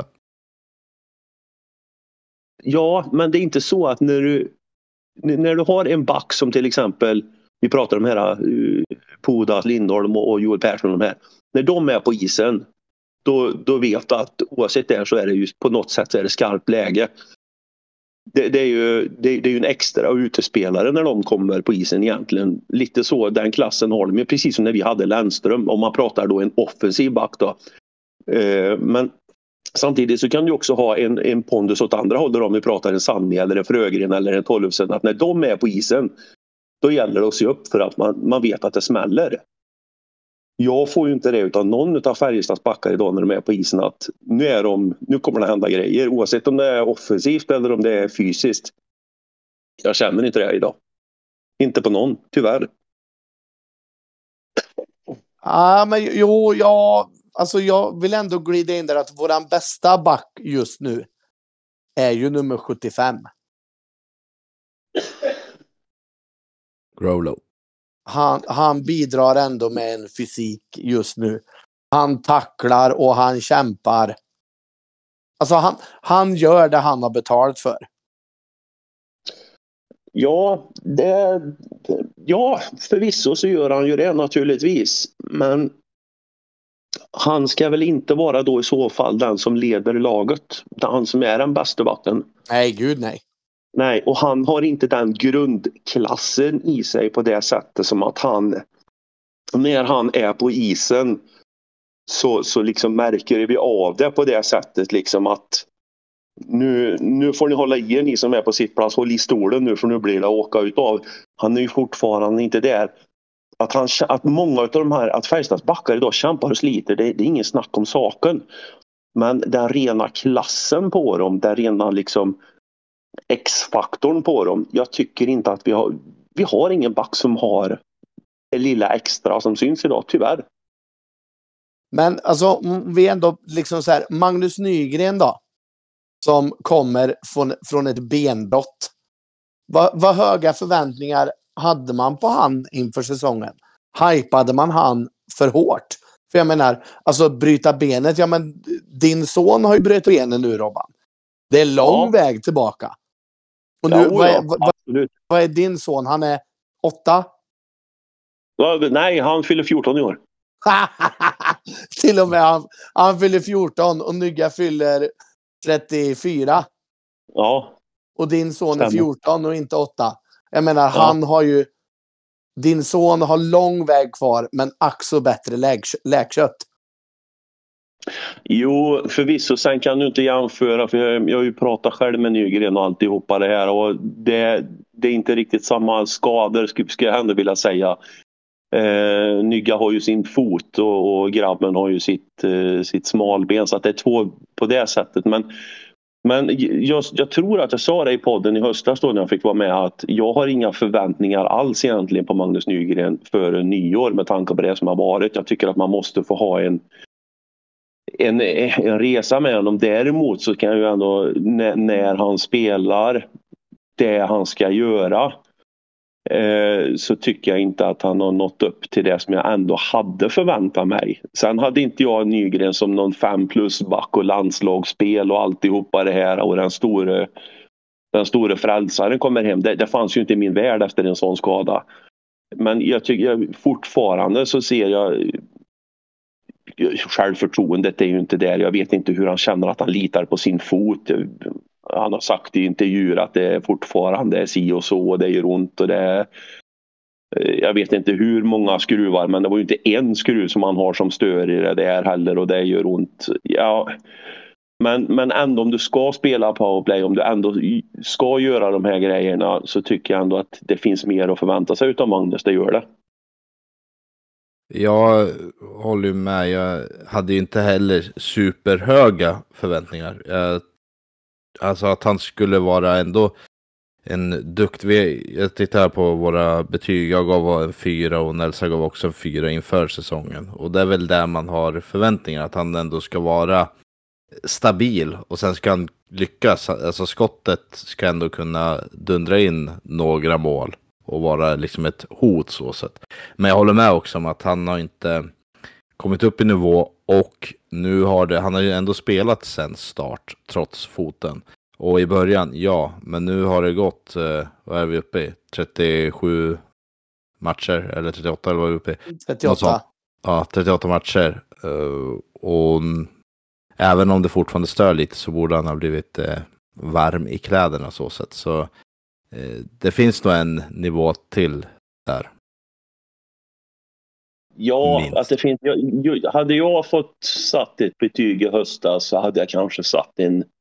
Ja, men det är inte så att när du har en back som till exempel, vi pratar om här Pudas, Lindholm och Joel Persson, de här, när de är på isen, då vet du att oavsett det så är det just på något sätt så är det skarpt läge. Det är ju en extra utespelare när de kommer på isen egentligen. Lite så, den klassen har de ju, precis som när vi hade Lennström, om man pratar då en offensiv back då. Men samtidigt så kan du också ha en pondus åt andra hållet, om vi pratar en Sanni eller en Frögren eller en Tollefsen, att när de är på isen då gäller det att se upp för att man vet att det smäller. Jag får ju inte det utan någon av Färjestads backar idag när de är på isen, att nu kommer det hända grejer, oavsett om det är offensivt eller om det är fysiskt. Jag känner inte det idag. Inte på någon, tyvärr. Ja, men alltså jag vill ändå glida in där att våran bästa back just nu är ju nummer 75. Growlow. Han bidrar ändå med en fysik just nu. Han tacklar och han kämpar. Alltså han gör det han har betalt för. Ja, ja, förvisso så gör han ju det naturligtvis. Men han ska väl inte vara då i så fall den som leder laget. Han som är den bästa backen. Nej, gud nej. Nej, och han har inte den grundklassen i sig på det sättet som att när han är på isen så liksom märker vi av det på det sättet liksom att nu får ni hålla i er, ni som är på sitt plats, håll i stolen nu för nu blir det att åka ut av. Han är ju fortfarande inte där. Att många av de här, att Färjestads backar idag kämpar och sliter, det är ingen snack om saken. Men den rena klassen på dem, den rena liksom X-faktorn på dem, jag tycker inte att vi har ingen back som har det lilla extra som syns idag, tyvärr. Men alltså, vi ändå liksom så här, Magnus Nygren då, som kommer från ett benbrott. Vad höga förväntningar hade man på han inför säsongen? Hypade man han för hårt? För jag menar, alltså bryta benet, ja men din son har ju brutit benen nu, Robban. Det är lång väg tillbaka. Och nu, vad är din son? Han är 8? Nej, han fyller 14 i år. Till och med han fyller 14 och Nygga fyller 34. Ja. Och din son är 14 och inte 8. Jag menar, han har ju... Din son har lång väg kvar, men ack så bättre läkkött. Jo, förvisso. Sen kan du inte jämföra, för jag har ju pratat själv med Nygren och alltihopa det här. Och det är inte riktigt samma skador, ska jag ändå vilja säga. Nygga har ju sin fot och grabben har ju sitt smalben, så att det är två på det sättet. Men jag tror att jag sa det i podden i höstas då när jag fick vara med, att jag har inga förväntningar alls egentligen på Magnus Nygren för nyår med tanke på det som har varit. Jag tycker att man måste få ha en resa med honom. Däremot så kan jag ju ändå när han spelar det han ska göra, så tycker jag inte att han har nått upp till det som jag ändå hade förväntat mig. Sen hade inte jag Nygren som någon 5+ back och landslagsspel och alltihopa det här, och den store frälsaren kommer hem. Det fanns ju inte i min värld efter en sån skada. Men jag tycker fortfarande så ser jag självförtroendet är ju inte där. Jag vet inte hur han känner att han litar på sin fot. Han har sagt i intervjuer att det fortfarande är si och så och det gör ont och jag vet inte hur många skruvar, men det var ju inte en skruv som han har som stör i det där heller och det gör ont. Ja, men ändå om du ska spela powerplay, om du ändå ska göra de här grejerna, så tycker jag ändå att det finns mer att förvänta sig utav Magnus, det gör det. Jag håller med. Jag hade ju inte heller superhöga förväntningar. Alltså att han skulle vara ändå en duktig... Jag tittar här på våra betyg. Jag gav en 4 och Nelsa gav också en 4 inför säsongen. Och det är väl där man har förväntningar. Att han ändå ska vara stabil. Och sen ska han lyckas. Alltså skottet ska ändå kunna dundra in några mål. Och vara liksom ett hot så sätt. Men jag håller med också om att han har inte kommit upp i nivå. Och nu han har ju ändå spelat sen start trots foten. Och i början, ja. Men nu har det gått, vad är vi uppe i? 37 matcher eller 38 eller vad är vi uppe i? 38. Ja, 38 matcher. Och även om det fortfarande stör lite så borde han ha blivit varm i kläderna så sätt. Så det finns nog en nivå till där. Ja, minst. att det finns. Hade jag fått satt ett betyg i höstas så hade jag kanske satt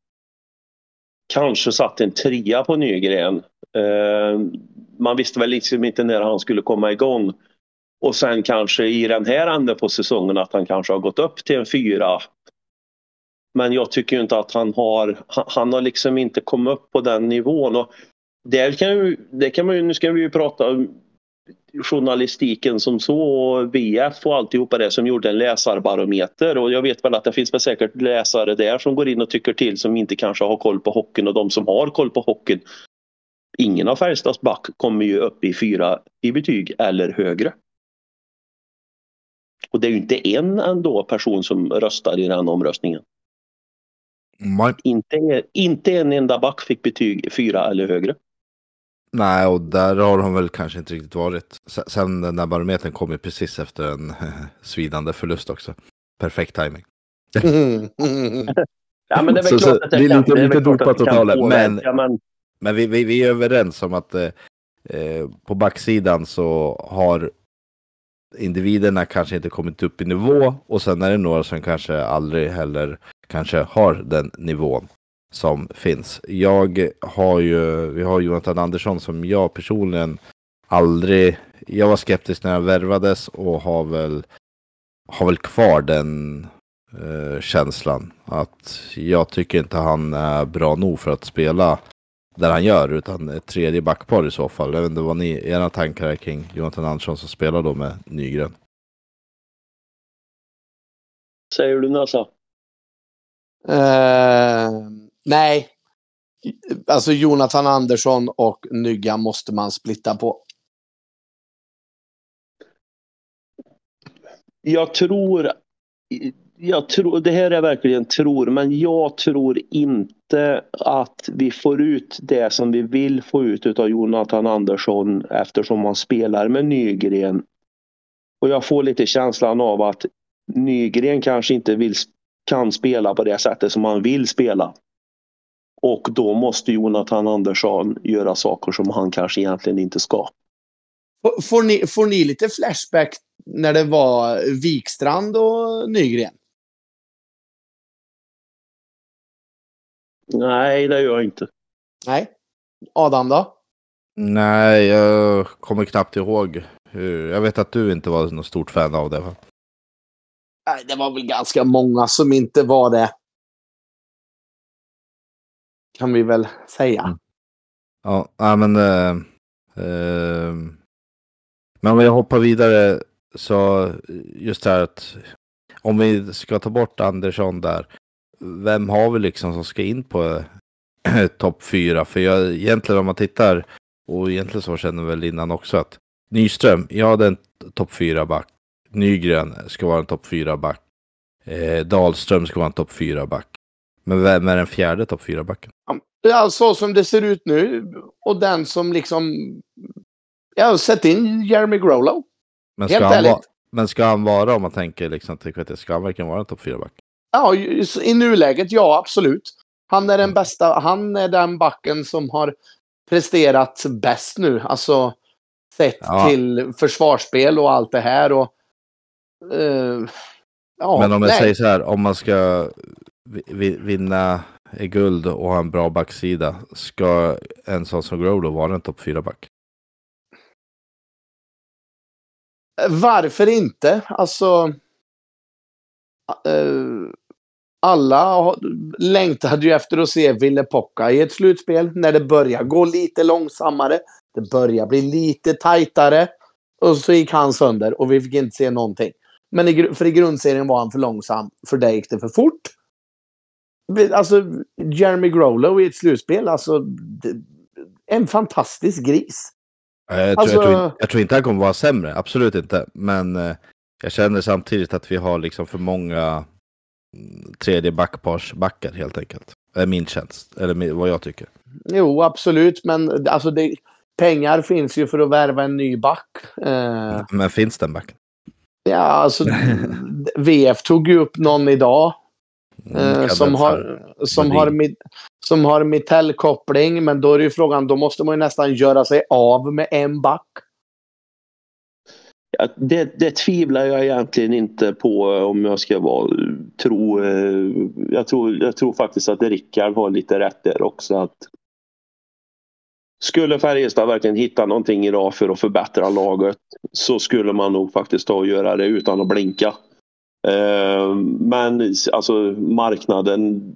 en 3 på Nygren. Man visste väl liksom inte när han skulle komma igång. Och sen kanske i den här änden på säsongen att han kanske har gått upp till en 4. Men jag tycker inte att han har liksom inte kommit upp på den nivån. Och det kan man ju, nu ska vi ju prata om journalistiken som så och VF och alltihopa det som gjorde en läsarbarometer, och jag vet väl att det finns väl säkert läsare där som går in och tycker till som inte kanske har koll på hockeyn, och de som har koll på hockeyn ingen av Färjestads back kommer ju upp i 4 i betyg eller högre. Och det är ju inte en ändå person som röstar i den omröstningen. Inte en enda back fick betyg 4 eller högre. Nej, och där har de väl kanske inte riktigt varit. Sen den där barometern kom ju precis efter en svidande förlust också. Perfekt timing. Ja, men det är väl klart att det är lite dopat totalt. Men vi är överens om att på backsidan så har individerna kanske inte kommit upp i nivå. Och sen är det några som kanske aldrig heller kanske har den nivån som finns. Vi har Jonathan Andersson som jag personligen aldrig, jag var skeptisk när jag värvades och har väl kvar den känslan att jag tycker inte han är bra nog för att spela där han gör, utan ett tredje backpar i så fall. Jag vet inte vad era tankar är kring Jonathan Andersson som spelar då med Nygren. Säger du Nassa? Nej. Alltså Jonathan Andersson och Nygga måste man splitta på. Jag tror, det här är verkligen men jag tror inte att vi får ut det som vi vill få ut av Jonathan Andersson eftersom han spelar med Nygren. Och jag får lite känslan av att Nygren kanske inte kan spela på det sättet som han vill spela. Och då måste Jonathan Andersson göra saker som han kanske egentligen inte ska. Får ni lite flashback när det var Wikstrand och Nygren? Nej, det gör jag inte. Nej. Adam då? Nej, jag kommer knappt ihåg. Jag vet att du inte var något stort fan av det, va? Nej, det var väl ganska många som inte var det. Kan vi väl säga. Ja, men om jag hoppar vidare så just det här att om vi ska ta bort Andersson där, vem har vi liksom som ska in på topp 4? För egentligen om man tittar, och egentligen så känner väl innan också att Nyström, ja, det är en topp 4 back. Nygren ska vara en topp 4 back. Dahlström ska vara en topp 4 back. Men vem är den fjärde topp 4 backen? Ja, så som det ser ut nu. Och den som liksom... Ja, sätt in Jeremy Grolo. Men ska han vara, om man tänker liksom, ska han verkligen vara en topp 4 back? Ja, i nuläget, ja, absolut. Han är den bästa. Han är den backen som har presterat bäst nu. Alltså, sett till försvarsspel och allt det här. Och, men om jag säger så här, om man ska vinna guld och ha en bra backsida, ska en sån som Grolo vara en topp 4 back? Varför inte? Alltså, alla längtade ju efter att se Ville Pocka i ett slutspel när det börjar gå lite långsammare. Det börjar bli lite tajtare. Och så gick han sönder och vi fick inte se någonting. Men i grundserien var han för långsam. För det gick det för fort. Alltså, Jeremy Grolo i ett slutspel. Alltså, en fantastisk gris. Jag tror inte han kommer vara sämre. Absolut inte. Men jag känner samtidigt att vi har liksom för många tredje backparsbackar helt enkelt. Min tjänst. Eller vad jag tycker. Jo, absolut. Men alltså pengar finns ju för att värva en ny back. Men finns den backen? Ja, alltså VF tog ju upp någon idag. Som har Mitell-koppling. Men då är det ju frågan, då måste man ju nästan göra sig av med en back. Ja, det tvivlar jag egentligen inte på, om jag ska jag tror faktiskt att Rickard har lite rätt där också, att skulle Färjestad verkligen hitta någonting idag för att förbättra laget, så skulle man nog faktiskt ta och göra det utan att blinka. Men alltså marknaden,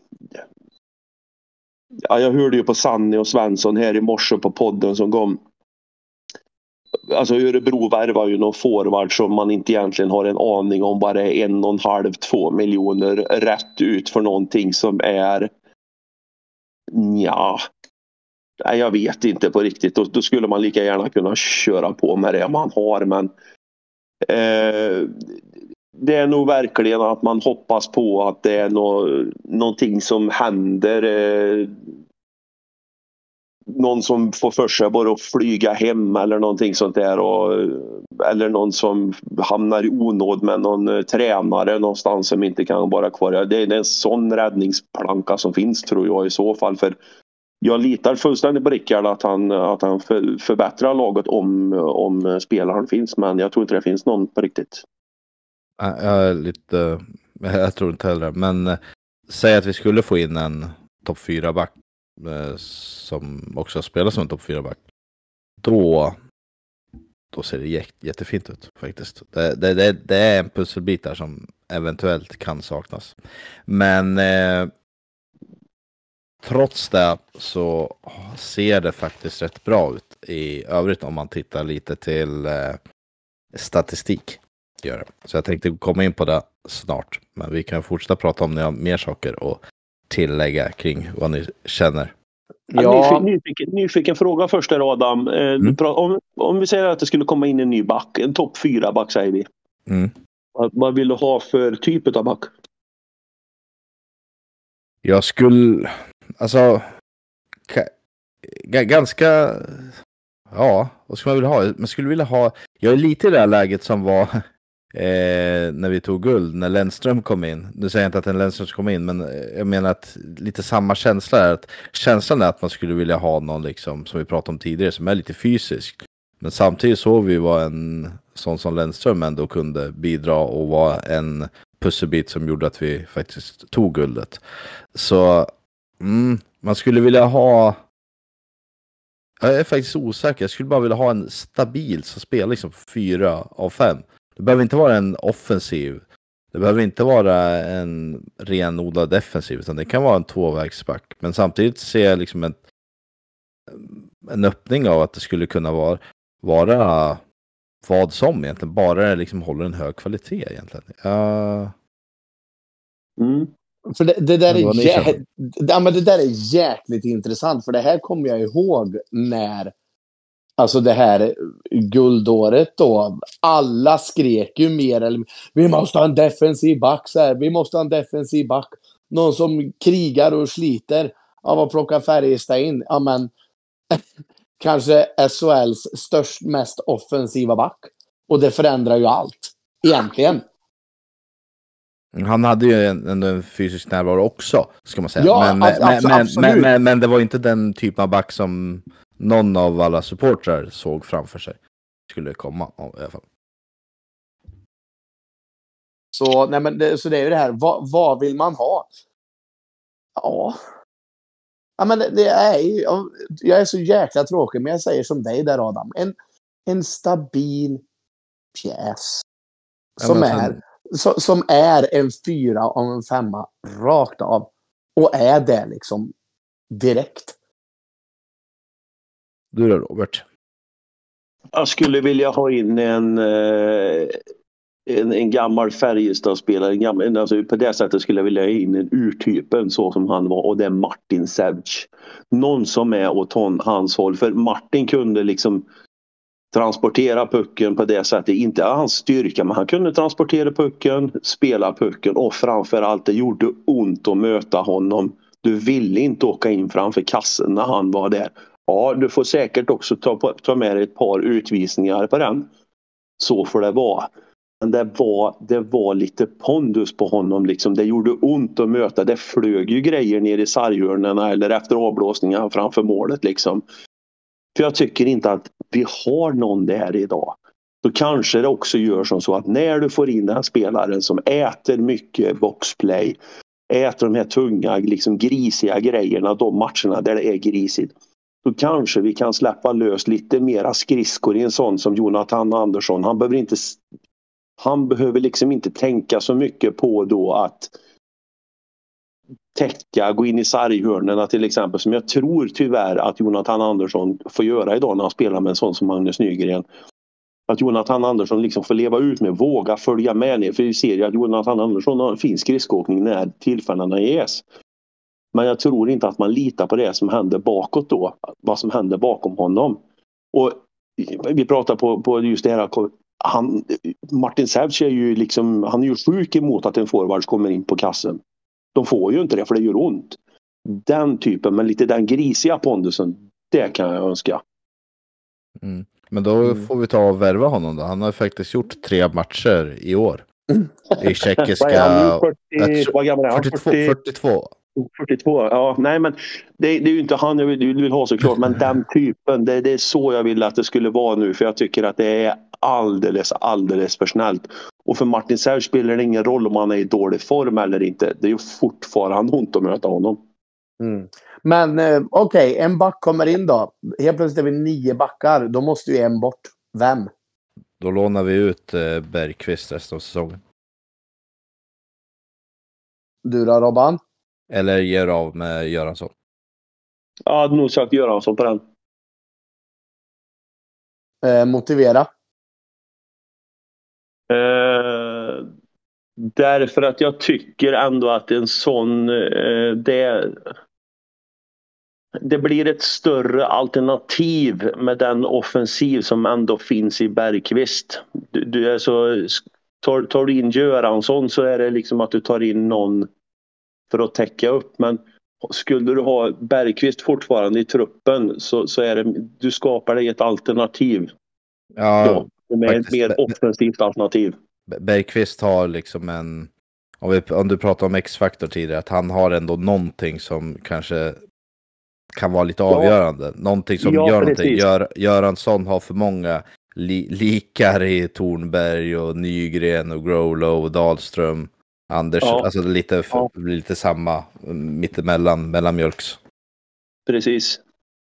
ja, jag hörde ju på Sanny och Svensson här i morse på podden som kom. Alltså Örebro värvar ju någon forward som man inte egentligen har en aning om vad det är, 1,5-2 miljoner rätt ut för någonting som är Nej, jag vet inte på riktigt. Då skulle man lika gärna kunna köra på med det man har. Men det är nog verkligen att man hoppas på att det är någonting som händer. Någon som får för sig bara att flyga hem eller någonting sånt där. Eller någon som hamnar i onåd med någon tränare någonstans som inte kan vara kvar. Det är en sån räddningsplanka som finns, tror jag, i så fall. För jag litar fullständigt på Rickard att han förbättrar laget om spelaren finns. Men jag tror inte det finns någon på riktigt. Jag tror inte heller. Men säg att vi skulle få in en topp 4-back som också spelar som en topp 4-back. Då ser det jättefint ut faktiskt. Det är en pusselbit där som eventuellt kan saknas. Men trots det så ser det faktiskt rätt bra ut i övrigt om man tittar lite till statistik. Så jag tänkte komma in på det snart. Men vi kan fortsätta prata om ni har mer saker och tillägga kring vad ni känner. Ja. Nyfiken fråga först där, Adam. Om vi säger att det skulle komma in en ny back, en topp 4-back säger vi. Vad vill du ha för typ av back? Jag skulle, alltså ganska, ja, vad skulle man vilja ha? Man skulle vilja ha, jag är lite i det här läget som var när vi tog guld, när Lennström kom in. Nu säger jag inte att en Lennström kom in, men jag menar att lite samma känsla är att känslan är att man skulle vilja ha någon liksom, som vi pratade om tidigare, som är lite fysisk. Men samtidigt så vi var en sån som Lennström ändå kunde bidra och vara en pusselbit som gjorde att vi faktiskt tog guldet. Så man skulle vilja ha, jag är faktiskt osäker, jag skulle bara vilja ha en stabil som spelar liksom 4 av 5. Det behöver inte vara en offensiv. Det behöver inte vara en renodlad defensiv, utan det kan vara en 2-vägsback. Men samtidigt ser jag liksom en öppning av att det skulle kunna vara vad som egentligen. Bara det liksom håller en hög kvalitet egentligen. För det där är jäkligt intressant. För det här kommer jag ihåg när, alltså det här guldåret då, alla skrek ju mer eller vi måste ha en defensiv back så här. Vi måste ha en defensiv back. Någon som krigar och sliter av att plocka Färjestad in. Ja, men kanske SHLs mest offensiva back. Och det förändrar ju allt. Egentligen. Han hade ju en fysisk närvaro också, ska man säga. Ja, men det var inte den typen av back som någon av alla supportrar såg framför sig skulle komma i alla fall. Så, så det är ju det här. Vad vill man ha? Ja, men det är ju, jag är så jäkla tråkig, men jag säger som dig där, Adam. En stabil pjäs som är en 4 och en 5 rakt av. Och är det liksom direkt. Du då, Robert? Jag skulle vilja ha in en gammal Färjestad-spelare. Alltså på det sättet skulle jag vilja ha in en urtypen så som han var. Och det är Martin Savage. Någon som är åt hans håll. För Martin kunde liksom transportera pucken på det sättet. Inte hans styrka, men han kunde transportera pucken, spela pucken. Och framförallt, det gjorde ont att möta honom. Du ville inte åka in framför kassen när han var där. Ja, du får säkert också ta med dig ett par utvisningar på den. Så får det vara. Men det var lite pondus på honom. Liksom. Det gjorde ont att möta. Det flög ju grejer ner i sarghörnerna eller efter avblåsningar framför målet. Liksom. För jag tycker inte att vi har någon där idag. Då kanske det också gör som så att när du får in den spelaren som äter mycket boxplay, äter de här tunga, liksom grisiga grejerna, de matcherna där det är grisigt, då kanske vi kan släppa lös lite mera skridskor i en sån som Jonathan Andersson. Han behöver liksom inte tänka så mycket på då att täcka, gå in i sarghörnerna till exempel, som jag tror tyvärr att Jonathan Andersson får göra idag när han spelar med en sån som Magnus Nygren. Att Jonathan Andersson liksom får leva ut med, våga följa med ner, för vi ser ju att Jonathan Andersson har en fin skridskoåkning när tillfällena ges. Men jag tror inte att man litar på det som händer bakåt då. Vad som händer bakom honom. Och vi pratar på just det här. Martin Savage är ju liksom, han är ju sjuk emot att en forwards kommer in på kassen. De får ju inte det för det gör ont. Den typen, men lite den grisiga pondusen, det kan jag önska. Men då får vi ta och värva honom då. Han har faktiskt gjort 3 matcher i år. I tjeckiska... Vad gammal är han? 42. 42, ja. Nej, men det är ju inte han jag vill ha såklart, men den typen, det är så jag vill att det skulle vara nu, för jag tycker att det är alldeles för snällt. Och för Martin Savage spelar det ingen roll om han är i dålig form eller inte. Det är ju fortfarande ont att möta honom. Men okej, en back kommer in då. Helt plötsligt är vi 9 backar. Då måste ju en bort. Vem? Då lånar vi ut Bergqvist resten av säsongen. Du då, Robban? Eller ger av med Göransson. Jag hade nog sagt Göransson på den. Motivera. Därför att jag tycker ändå att en sån det blir ett större alternativ med den offensiv som ändå finns i Bergqvist. Du är så, tar du in Göransson så är det liksom att du tar in någon för att täcka upp, men skulle du ha Bergqvist fortfarande i truppen så är det, du skapar dig ett alternativ. Ja, med ett mer offensivt alternativ. Bergqvist har liksom en, om du pratar om X-faktor tidigare, att han har ändå någonting som kanske kan vara lite avgörande. Någonting som gör någonting. Göransson har för många likar i Thornberg och Nygren och Growlow och Dahlström. Anders, alltså lite samma mittemellan, mellanmjölks. Precis.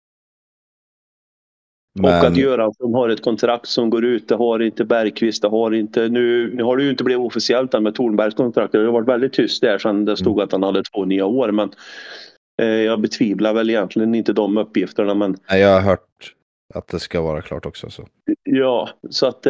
Men... Och att Göransson har ett kontrakt som går ut, det har inte Bergqvist, det har inte, nu har det ju inte blivit officiellt med Thornbergs kontrakt, det har varit väldigt tyst där sedan det stod att han hade 2 nya år, men jag betvivlar väl egentligen inte de uppgifterna, men... Nej, jag har hört att det ska vara klart också. Så. Ja, så att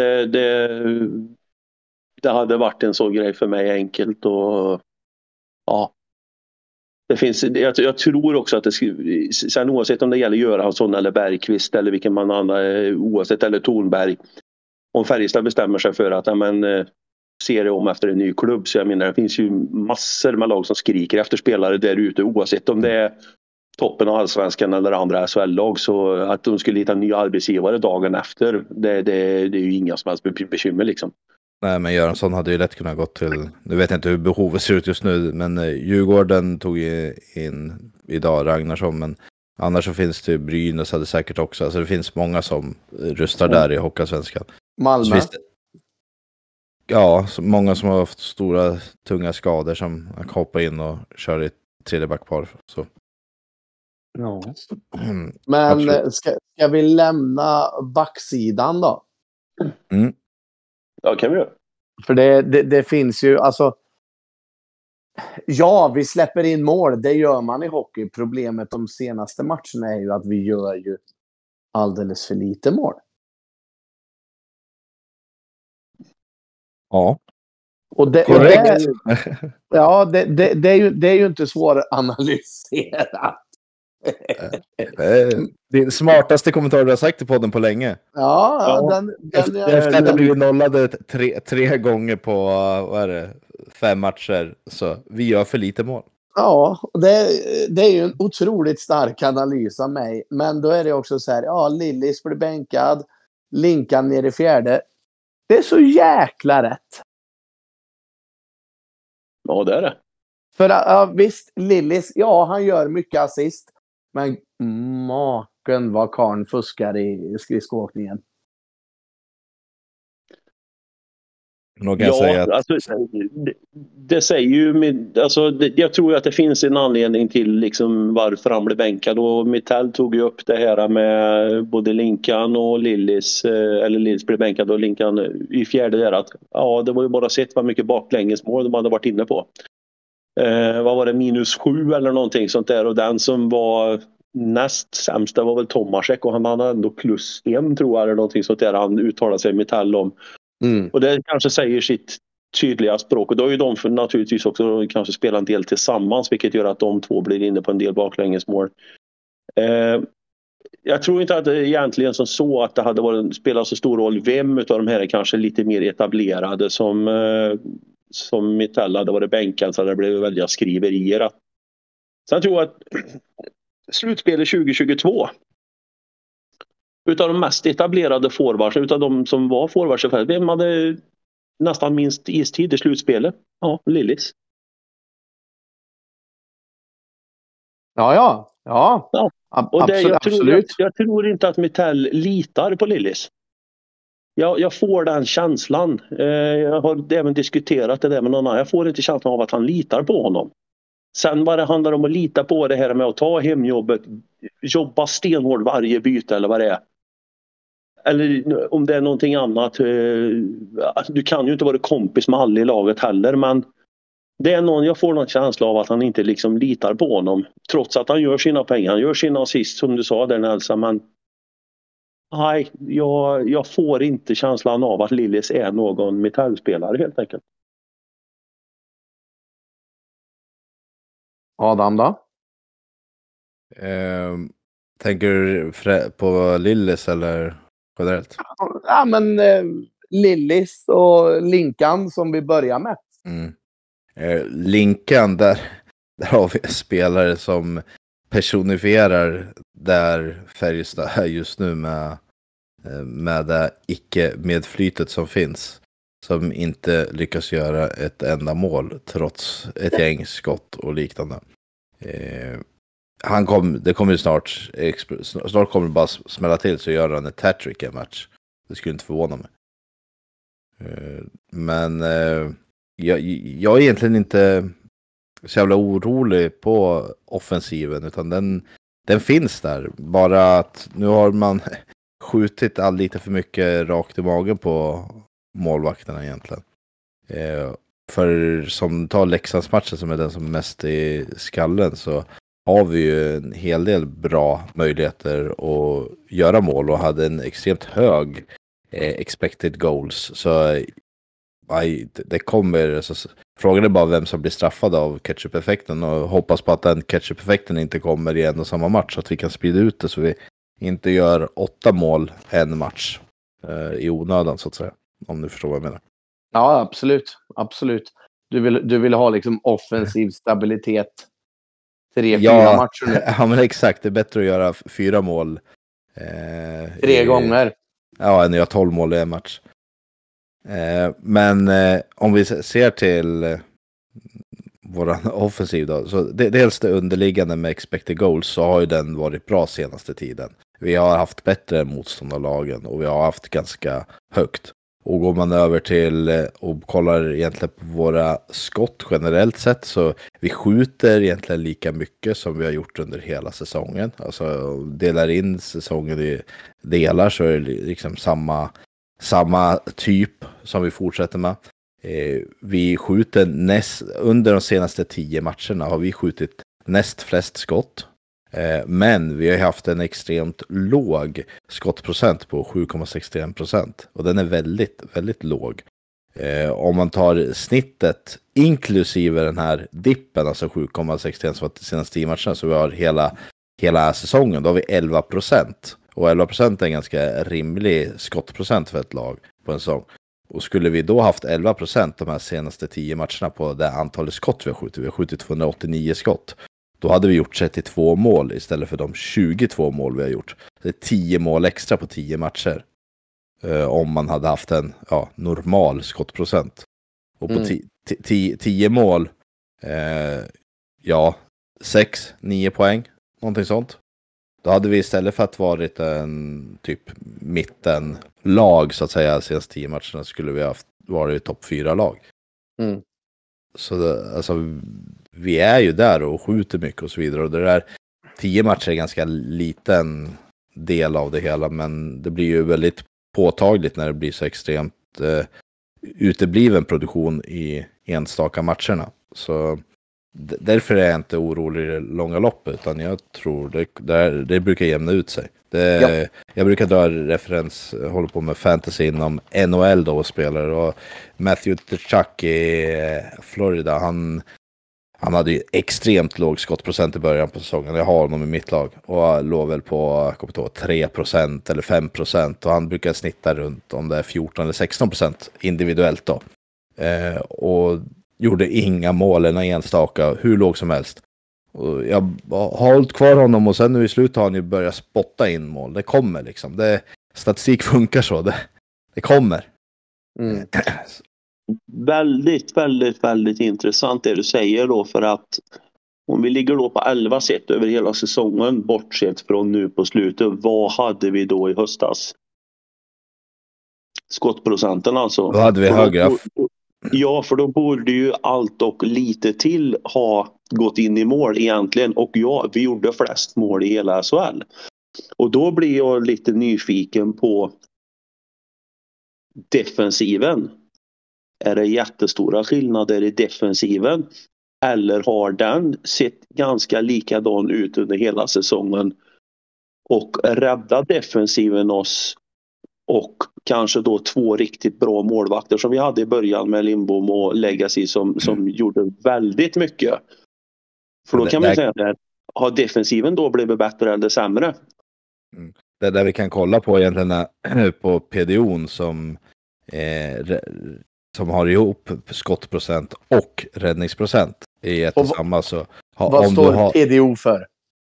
det hade varit en så grej för mig enkelt, och ja. Det finns, jag tror också att det sen oavsett om det gäller Göransson eller Bergqvist eller vilken man annan, oavsett, eller Thornberg, om Färjestad bestämmer sig för att ser det om efter en ny klubb, så jag menar, det finns ju massor med lag som skriker efter spelare där ute, oavsett om det är toppen av allsvenskan eller andra SHL-lag, så att de skulle hitta en ny arbetsgivare dagen efter, det är ju inga som helst bekymmer liksom. Nej, men Göransson hade ju lätt kunnat gå till, nu vet jag inte hur behovet ser ut just nu, men Djurgården tog ju in idag Ragnarsson, men annars så finns det Brynäs hade säkert också, alltså det finns många som rustar där i Hockeyallsvenskan. Malmö? Ja, många som har haft stora, tunga skador som kan hoppa in och köra i tredje backpar. Så. Ja. Men ska vi lämna backsidan då? Ja, kan vi göra. För det finns ju, alltså... Ja, vi släpper in mål. Det gör man i hockey. Problemet de senaste matcherna är ju att vi gör ju alldeles för lite mål. Ja. Och det är ju inte svåranalyserat. Det är den smartaste kommentar du har sagt i podden på länge. Ja. Efter att det blivit nollade 3 gånger på 5 matcher. Så vi gör för lite mål. Ja, det är ju en otroligt stark analys av mig. Men då är det också så här, Lillis blir bänkad, Linkan ner i 4:e. Det är så jäkla rätt. Ja, det är det. För visst, Lillis, han gör mycket assist. Men maken vad karn fuskar i skridskoåkningen. Det säger ju, jag tror att det finns en anledning till liksom varför han blev bänkad, och Mittell tog ju upp det här med både Linkan och Lillis, eller Lillis blev bänkad och Linkan i 4:e där, att det var ju bara sett vad mycket baklängesmål de hade varit inne på. Vad var det, -7 eller någonting sånt där, och den som var näst sämsta var väl Tomasek, och han hade ändå +1 tror jag, eller någonting sånt där han uttalade sig i Metall om. Och det kanske säger sitt tydliga språk. Och då har ju de naturligtvis också kanske spelat en del tillsammans, vilket gör att de två blir inne på en del baklängesmål. Jag tror inte att det egentligen som så att det hade spelat så stor roll vem av de här är kanske lite mer etablerade som Mitell hade varit bänkad, så det blev välja skriverier. Sen tror jag att slutspelet 2022 utav de mest etablerade forwards, utav de som var forwards, vem hade nästan minst istid i slutspelet? Ja, Lillis. Ja. Och Absolut. jag tror inte att Mitell litar på Lillis. Jag får den känslan. Jag har även diskuterat det där med någon annan. Jag får inte känslan av att han litar på honom. Sen vad det handlar om att lita på det här med att ta hemjobbet, jobba stenhårt varje byte eller vad det är. Eller om det är någonting annat. Du kan ju inte vara kompis med alla i laget heller, men det är jag får någon känsla av att han inte liksom litar på honom. Trots att han gör sina pengar. Han gör sina assist som du sa där, Nelsa, men nej, jag får inte känslan av att Lillis är någon Mitell-spelare helt enkelt. Adam då? Tänker du på Lillis eller generellt? Ja, men Lillis och Linkan som vi börjar med. Linkan, där har vi spelare som personifierar där Färjestad är just nu med det icke-medflytet som finns. Som inte lyckas göra ett enda mål trots ett gäng skott och liknande. Det kommer ju snart kommer det bara smälla till, så gör han ett hat-trick i en match. Det skulle inte förvåna mig. Men jag är egentligen inte så jävla orolig på offensiven, utan den finns där. Bara att nu har man skjutit lite för mycket rakt i magen på målvakterna egentligen. För som tar Leksandsmatchen som är den som är mest i skallen, så har vi ju en hel del bra möjligheter att göra mål och hade en extremt hög expected goals. Så det kommer, alltså, frågan är bara vem som blir straffad av ketchup-effekten, och hoppas på att den ketchup-effekten inte kommer i en och samma match, så att vi kan sprida ut det så vi inte gör 8 mål en match i onödan, så att säga, om du förstår vad jag menar. Ja, absolut. Du vill ha liksom offensiv stabilitet 3-4 matcher nu. Ja, men exakt, det är bättre att göra 4 mål 3 gånger. Ja, än att göra 12 mål i en match. Men om vi ser till våran offensiv då, så dels det underliggande med expected goals, så har ju den varit bra senaste tiden. Vi har haft bättre än motståndarlagen och vi har haft ganska högt. Och går man över till och kollar egentligen på våra skott generellt sett, så vi skjuter egentligen lika mycket som vi har gjort under hela säsongen. Alltså delar in säsongen i delar, så är det liksom samma typ som vi fortsätter med. Vi skjuter under de senaste 10 matcherna har vi skjutit näst flest skott. Men vi har haft en extremt låg skottprocent på 7,61%. Och den är väldigt, väldigt låg. Om man tar snittet inklusive den här dippen, alltså 7,61 som var de senaste 10 matcherna, så vi har hela säsongen, då har vi 11%. Och 11% är en ganska rimlig skottprocent för ett lag på en säsong. Och skulle vi då haft 11% de här senaste 10 matcherna på det antalet skott vi har skjutit 289 skott. Då hade vi gjort 32 mål istället för de 22 mål vi har gjort. Det är 10 mål extra på 10 matcher. Om man hade haft en normal skottprocent. Och på 10 mål, 6-9 poäng, någonting sånt. Då hade vi istället för att varit en typ mittenlag så att säga senaste 10 matcherna, skulle vi haft varit topp 4-lag. Så alltså, vi är ju där och skjuter mycket och så vidare. Och det där 10 matcher är ganska liten del av det hela, men det blir ju väldigt påtagligt när det blir så extremt utebliven produktion i enstaka matcherna. Så därför är jag inte orolig i det långa loppet, utan jag tror det brukar jämna ut sig. Jag brukar dra referens, håller på med fantasy inom NHL då och spelar, och Matthew Tkachuk i Florida, han hade ju extremt låg skottprocent i början på säsongen. Jag har honom i mitt lag och låg väl på 3% eller 5%, och han brukar snitta runt om det är 14 eller 16% individuellt då. Och gjorde inga mål eller enstaka, hur låg som helst. Och jag har hållit kvar honom, och sen nu i slutet har han ju börjat spotta in mål. Det kommer liksom. Statistik funkar så. Det kommer. Mm. Väldigt, väldigt, väldigt intressant det du säger då, för att om vi ligger då på 11 set över hela säsongen, bortsett från nu på slutet, vad hade vi då i höstas? Skottprocenten alltså. Då hade vi högre. Ja, för då borde ju allt och lite till ha gått in i mål egentligen. Och ja, vi gjorde flest mål i hela SHL. Och då blir jag lite nyfiken på defensiven. Är det jättestora skillnader i defensiven? Eller har den sett ganska likadan ut under hela säsongen? Och rädda defensiven oss, och kanske då 2 riktigt bra målvakter som vi hade i början med Lindbom och Legacy som gjorde väldigt mycket. För då kan man säga att har defensiven då blivit bättre eller sämre? Det där vi kan kolla på egentligen på PDO:n som har ihop skottprocent och räddningsprocent i ett och samma. Så vad står PDO för?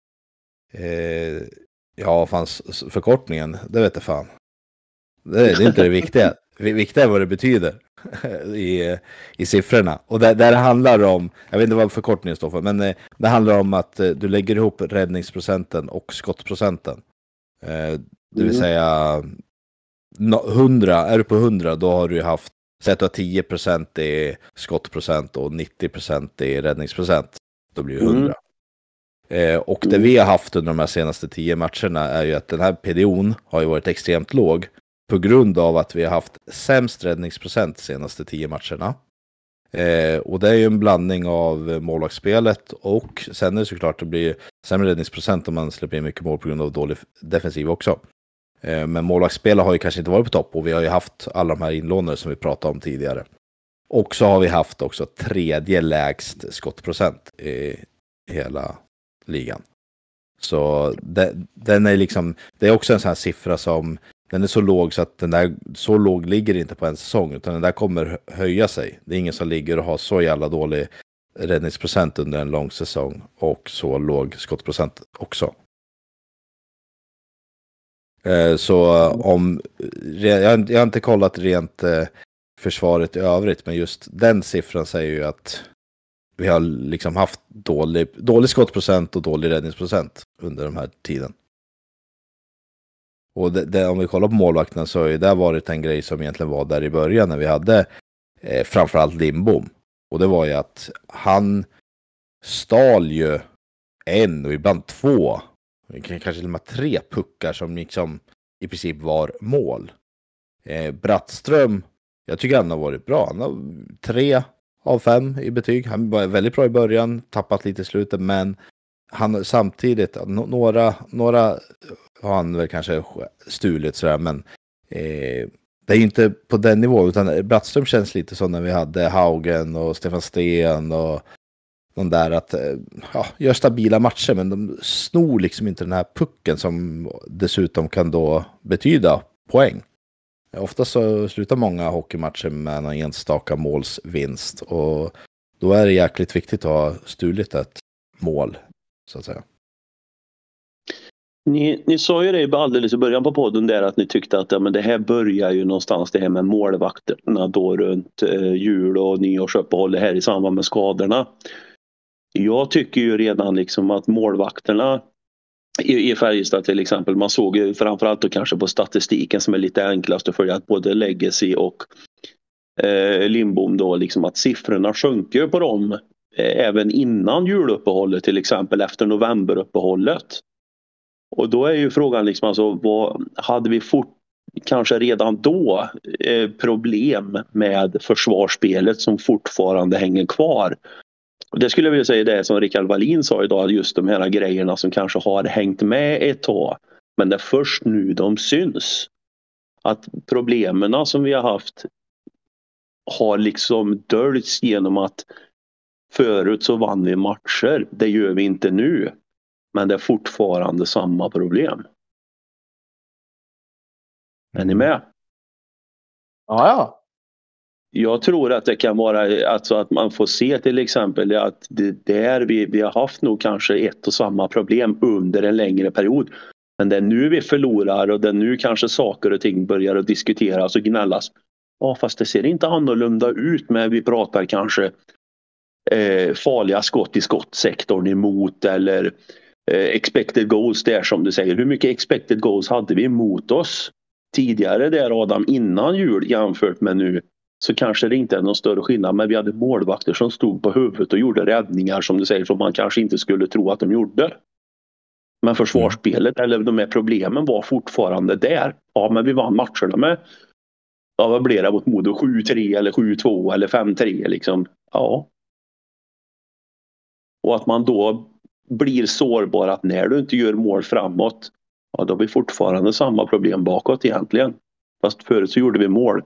Ja, fanns förkortningen, det vet jag fan. Det är inte det viktiga. Det viktiga är vad det betyder i siffrorna. Och där det handlar om, jag vet inte vad förkortningen står för, men det handlar om att du lägger ihop räddningsprocenten och skottprocenten. Det vill säga 100, är du på 100 då har du haft, säg att du har 10% i skottprocent och 90% i räddningsprocent. Då blir det 100. Och det vi har haft under de här senaste 10 matcherna är ju att den här PDO:n har ju varit extremt låg på grund av att vi har haft sämst räddningsprocent de senaste 10 matcherna. Och det är ju en blandning av målvaktsspelet, och sen är det såklart det blir sämre räddningsprocent om man släpper in mycket mål på grund av dålig defensiv också. Men målvaktsspelet har ju kanske inte varit på topp, och vi har ju haft alla de här inlånare som vi pratade om tidigare. Och så har vi haft också 3:e lägst skottprocent i hela ligan. Så den är liksom, det är också en sån här siffra som den är så låg så att den där, så låg ligger inte på en säsong, utan den där kommer höja sig. Det är ingen som ligger och har så jävla dålig räddningsprocent under en lång säsong och så låg skottprocent också. Så om jag har inte kollat rent försvaret i övrigt, men just den siffran säger ju att vi har liksom haft dålig skottprocent och dålig räddningsprocent under de här tiden. Och om vi kollar på målvakten så har ju det varit en grej som egentligen var där i början när vi hade framförallt Lindbom. Och det var ju att han stal ju 1 och ibland 2, kanske till och med 3 puckar som liksom i princip var mål. Brattström, jag tycker han har varit bra. Han har 3 av 5 i betyg. Han var väldigt bra i början, tappat lite i slutet, men han samtidigt, några har han väl kanske stulit sådär, men det är ju inte på den nivån, utan Brattström känns lite som när vi hade Haugen och Stefan Sten och de där, att gör stabila matcher, men de snor liksom inte den här pucken som dessutom kan då betyda poäng. Ofta så slutar många hockeymatcher med en enstaka målsvinst, och då är det jäkligt viktigt att ha stulit ett mål, så att säga. Ni sa ju det alldeles i början på podden där att ni tyckte att men det här börjar ju någonstans, det här med målvakterna då runt jul och nyårsuppehåll här i samband med skadorna. Jag tycker ju redan liksom att målvakterna i Färjestad till exempel, man såg ju framförallt då kanske på statistiken som är lite enklast att följa, att både Legacy och Lindbom då liksom, att siffrorna sjunker på dem även innan juluppehållet, till exempel efter novemberuppehållet. Och då är ju frågan liksom, alltså, hade vi kanske redan då problem med försvarsspelet som fortfarande hänger kvar? Och det skulle jag vilja säga det som Rickard Wallin sa idag, just de här grejerna som kanske har hängt med ett tag. Men det är först nu de syns. Att problemen som vi har haft har liksom döljts genom att förut så vann vi matcher. Det gör vi inte nu. Men det är fortfarande samma problem. Är ni med? Ja. Jag tror att det kan vara alltså att man får se till exempel att det där vi har haft nog kanske ett och samma problem under en längre period. Men det är nu vi förlorar och det är nu kanske saker och ting börjar att diskuteras och gnällas. Ja, fast det ser inte annorlunda ut, men vi pratar kanske farliga skott i skottsektorn emot eller expected goals där som du säger. Hur mycket expected goals hade vi emot oss tidigare där, Adam, innan jul jämfört med nu? Så kanske det inte är någon större skillnad, men vi hade målvakter som stod på huvudet och gjorde räddningar som du säger som man kanske inte skulle tro att de gjorde. Men försvarsspelet eller de här problemen var fortfarande där. Ja, men vi vann matcherna med, ja, vad blev det mot Modo? 7-3 eller 7-2 eller 5-3 liksom. Ja. Och att man då blir sårbar att när du inte gör mål framåt, ja, då har vi fortfarande samma problem bakåt egentligen. Fast förut så gjorde vi mål.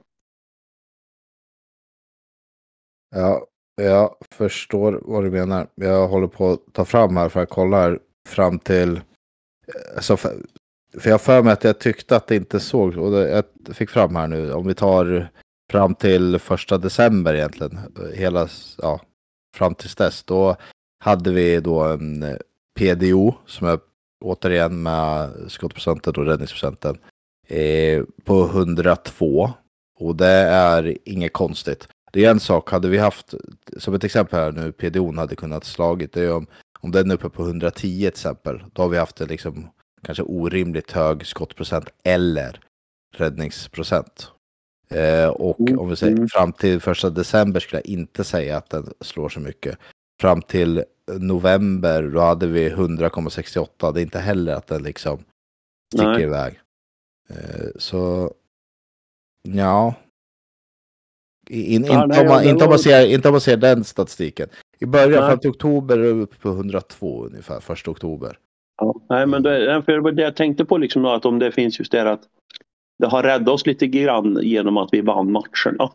Ja, jag förstår vad du menar. Jag håller på att ta fram här för att kolla här fram till... Alltså för jag för mig att jag tyckte att det inte såg... Och jag fick fram här nu. Om vi tar fram till 1 december egentligen. Hela, ja, fram till dess. Då hade vi då en PDO som är återigen med skottprocenten och räddningsprocenten på 102. Och det är inget konstigt. Det är en sak, hade vi haft, som ett exempel här nu, PDO hade kunnat slagit, det är om den är uppe på 110 till exempel, då har vi haft en liksom kanske orimligt hög skottprocent eller räddningsprocent. Och om vi säger fram till 1 december skulle jag inte säga att den slår så mycket. Fram till november då hade vi 100,68, det är inte heller att den liksom sticker iväg. Så ja. Inte om man ser den statistiken. I början fram till oktober är det uppe på 102 ungefär, 1 oktober. Ja, nej, men det jag tänkte på liksom att om det finns just det att det har räddat oss lite grann genom att vi vann matcherna.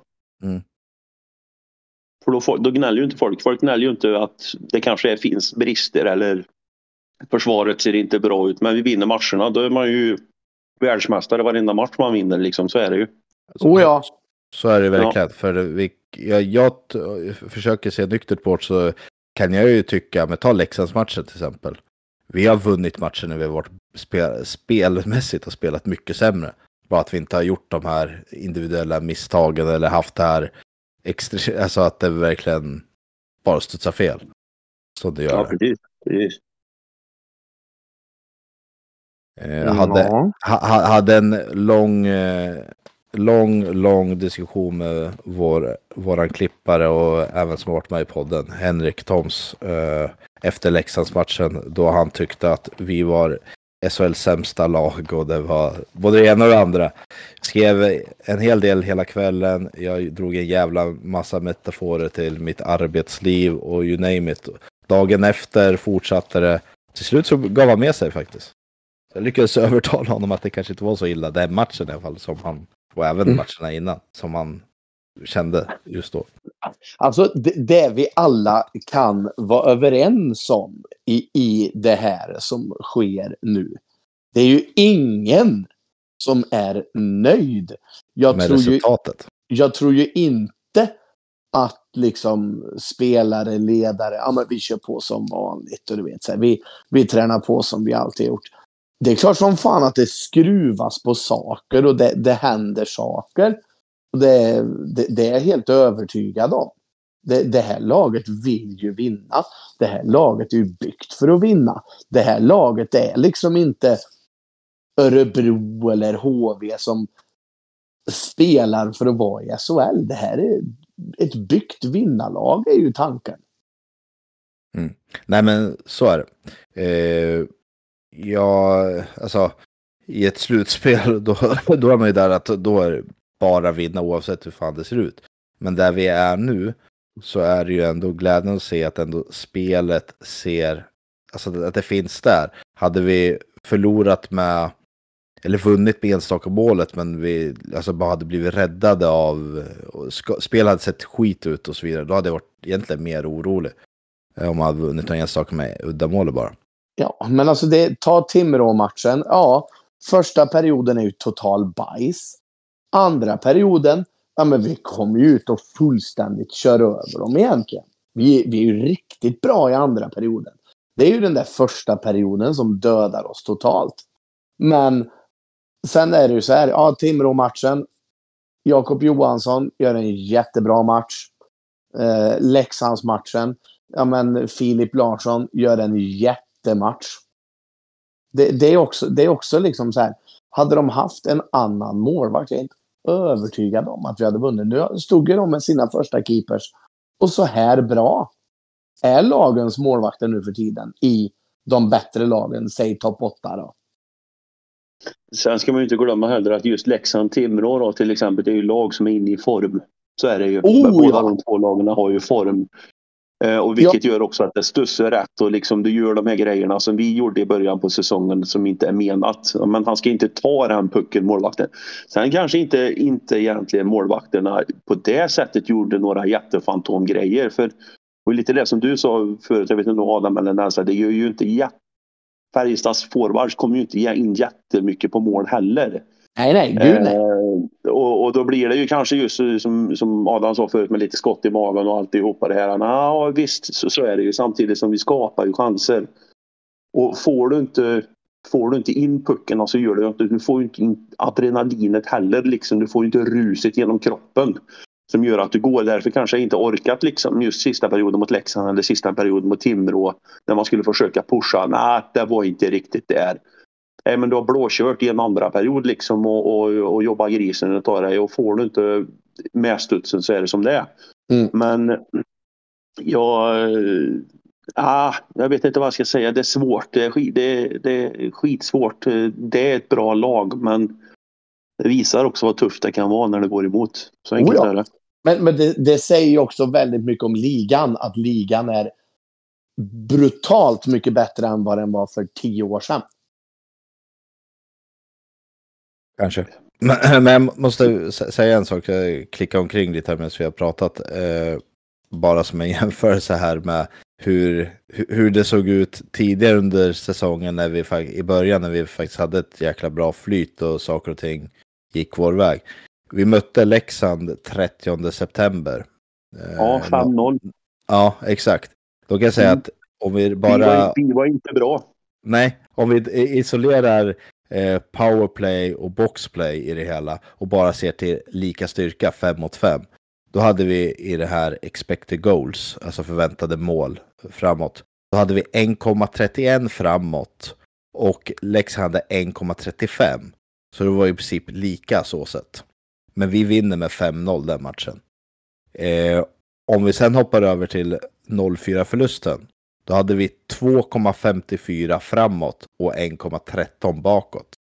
För då gnäller ju inte folk. Folk gnäller ju inte att det kanske finns brister eller försvaret ser inte bra ut. Men vi vinner matcherna, då är man ju världsmästare varenda match man vinner liksom, så är det ju. Ja. Så är det verkligen. Ja. För jag försöker se nyktert på det, så kan jag ju tycka, men ta Leksandsmatchen till exempel. Vi har vunnit matchen när vi har varit spelmässigt och spelat mycket sämre. Bara att vi inte har gjort de här individuella misstagen eller haft det här extra, alltså att det verkligen bara studsar fel. Så det gör. Ja, precis. Hade en lång diskussion med våran klippare och även som varit med i podden, Henrik Toms, efter Leksandsmatchen, då han tyckte att vi var SHLs sämsta lag och det var både det ena och det andra. Skrev en hel del hela kvällen. Jag drog en jävla massa metaforer till mitt arbetsliv och you name it. Dagen efter fortsatte det. Till slut så gav han med sig faktiskt. Jag lyckades övertala honom att det kanske inte var så illa den matchen i alla fall som han, och även matcherna innan som han kände just då. Alltså det vi alla kan vara överens om i det här som sker nu. Det är ju ingen som är nöjd. Med resultatet. Jag tror ju inte att liksom spelare, ledare, ja men vi kör på som vanligt och du vet så här, vi tränar på som vi alltid gjort. Det är klart som fan att det skruvas på saker och det händer saker. Och det är jag helt övertygad om. Det här laget vill ju vinna. Det här laget är ju byggt för att vinna. Det här laget är liksom inte Örebro eller HV som spelar för att vara i SHL. Det här är ett byggt vinnarlag är ju tanken. Nej men så är det. Alltså i ett slutspel då är man ju där att då är det bara vinna oavsett hur fan det ser ut. Men där vi är nu, så är det ju ändå glädjande att se att ändå spelet ser, alltså att det finns där. Hade vi förlorat med, eller vunnit med enstaka målet, men vi alltså bara hade blivit räddade av, spel hade sett skit ut och så vidare, då hade jag varit egentligen mer orolig om man hade vunnit en enstaka med uddamålet bara. Ja, men alltså ta Timrå-matchen. Ja, första perioden är ju total bajs. Andra perioden, ja men vi kom ju ut och fullständigt kör över dem egentligen. Vi är ju riktigt bra i andra perioden. Det är ju den där första perioden som dödar oss totalt. Men sen är det ju så här, ja, Timrå-matchen. Jakob Johansson gör en jättebra match. Leksandsmatchen. Ja men Filip Larsson gör en jättematch. Det är också liksom så här. Hade de haft en annan målvakt, jag är inte övertygad om att vi hade vunnit. Nu stod ju de med sina första keepers. Och så här bra är lagens målvakter nu för tiden i de bättre lagen, säg topp 8 då. Sen ska man ju inte glömma heller att just Leksand-Timrå då, till exempel, det är ju lag som är inne i form. Så är det ju. Båda de två lagen har ju form. Och vilket gör också att det stussar rätt och liksom du gör de här grejerna som vi gjorde i början på säsongen som inte är menat. Men han ska inte ta den pucken, målvakten. Sen kanske inte egentligen målvakterna på det sättet gjorde några jättefantomgrejer. För och lite det som du sa förut, jag vet inte om Adam eller Nelsa, det gör ju inte Färjestads forwards kommer ju inte in jättemycket på mål heller. Nej, gud nej. Och då blir det ju kanske just som Adam sa förut med lite skott i magen och alltihopa det här. Ja, visst, så är det ju, samtidigt som vi skapar ju chanser. Och får du inte in pucken så gör det ju inte, du får ju inte in adrenalinet heller liksom, du får ju inte ruset genom kroppen som gör att du går. Därför kanske jag inte orkat liksom just sista perioden mot Leksand eller sista perioden mot Timrå när man skulle försöka pusha. Nej, det var inte riktigt där. Nej, men du har blåkört i en andra period liksom och jobba grisen och ta dig, och får du inte med studsen så är det som det är. Men jag vet inte vad jag ska säga. Det är svårt. Det är skitsvårt. Det är ett bra lag, men det visar också vad tufft det kan vara när det går emot. Så enkelt är det. Men det säger ju också väldigt mycket om ligan, att ligan är brutalt mycket bättre än vad den var för 10 år sedan. Kanske. Men jag måste säga en sak. Jag klickar omkring lite här medan vi har pratat. Bara som en jämförelse här med hur det såg ut tidigare under säsongen i början när vi faktiskt hade ett jäkla bra flyt och saker och ting gick vår väg. Vi mötte Leksand 30 september. Ja, 5-0. Ja, exakt. Då kan jag säga att om vi bara... Vi var inte bra. Nej, om vi isolerar powerplay och boxplay i det hela och bara ser till lika styrka 5-5, då hade vi i det här expected goals, alltså förväntade mål framåt, då hade vi 1,31 framåt och Leksand hade 1,35, så det var i princip lika så sett. Men vi vinner med 5-0 den matchen. Om vi sen hoppar över till 0-4-förlusten, då hade vi 2,54 framåt och 1,13 bakåt.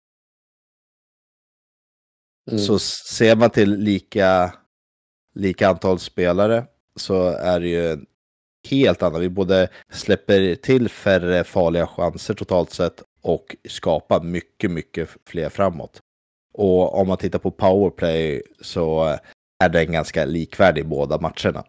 Så ser man till lika antal spelare så är det ju en helt annan. Vi både släpper till färre farliga chanser totalt sett och skapar mycket, mycket fler framåt. Och om man tittar på powerplay så är den ganska likvärdig i båda matcherna.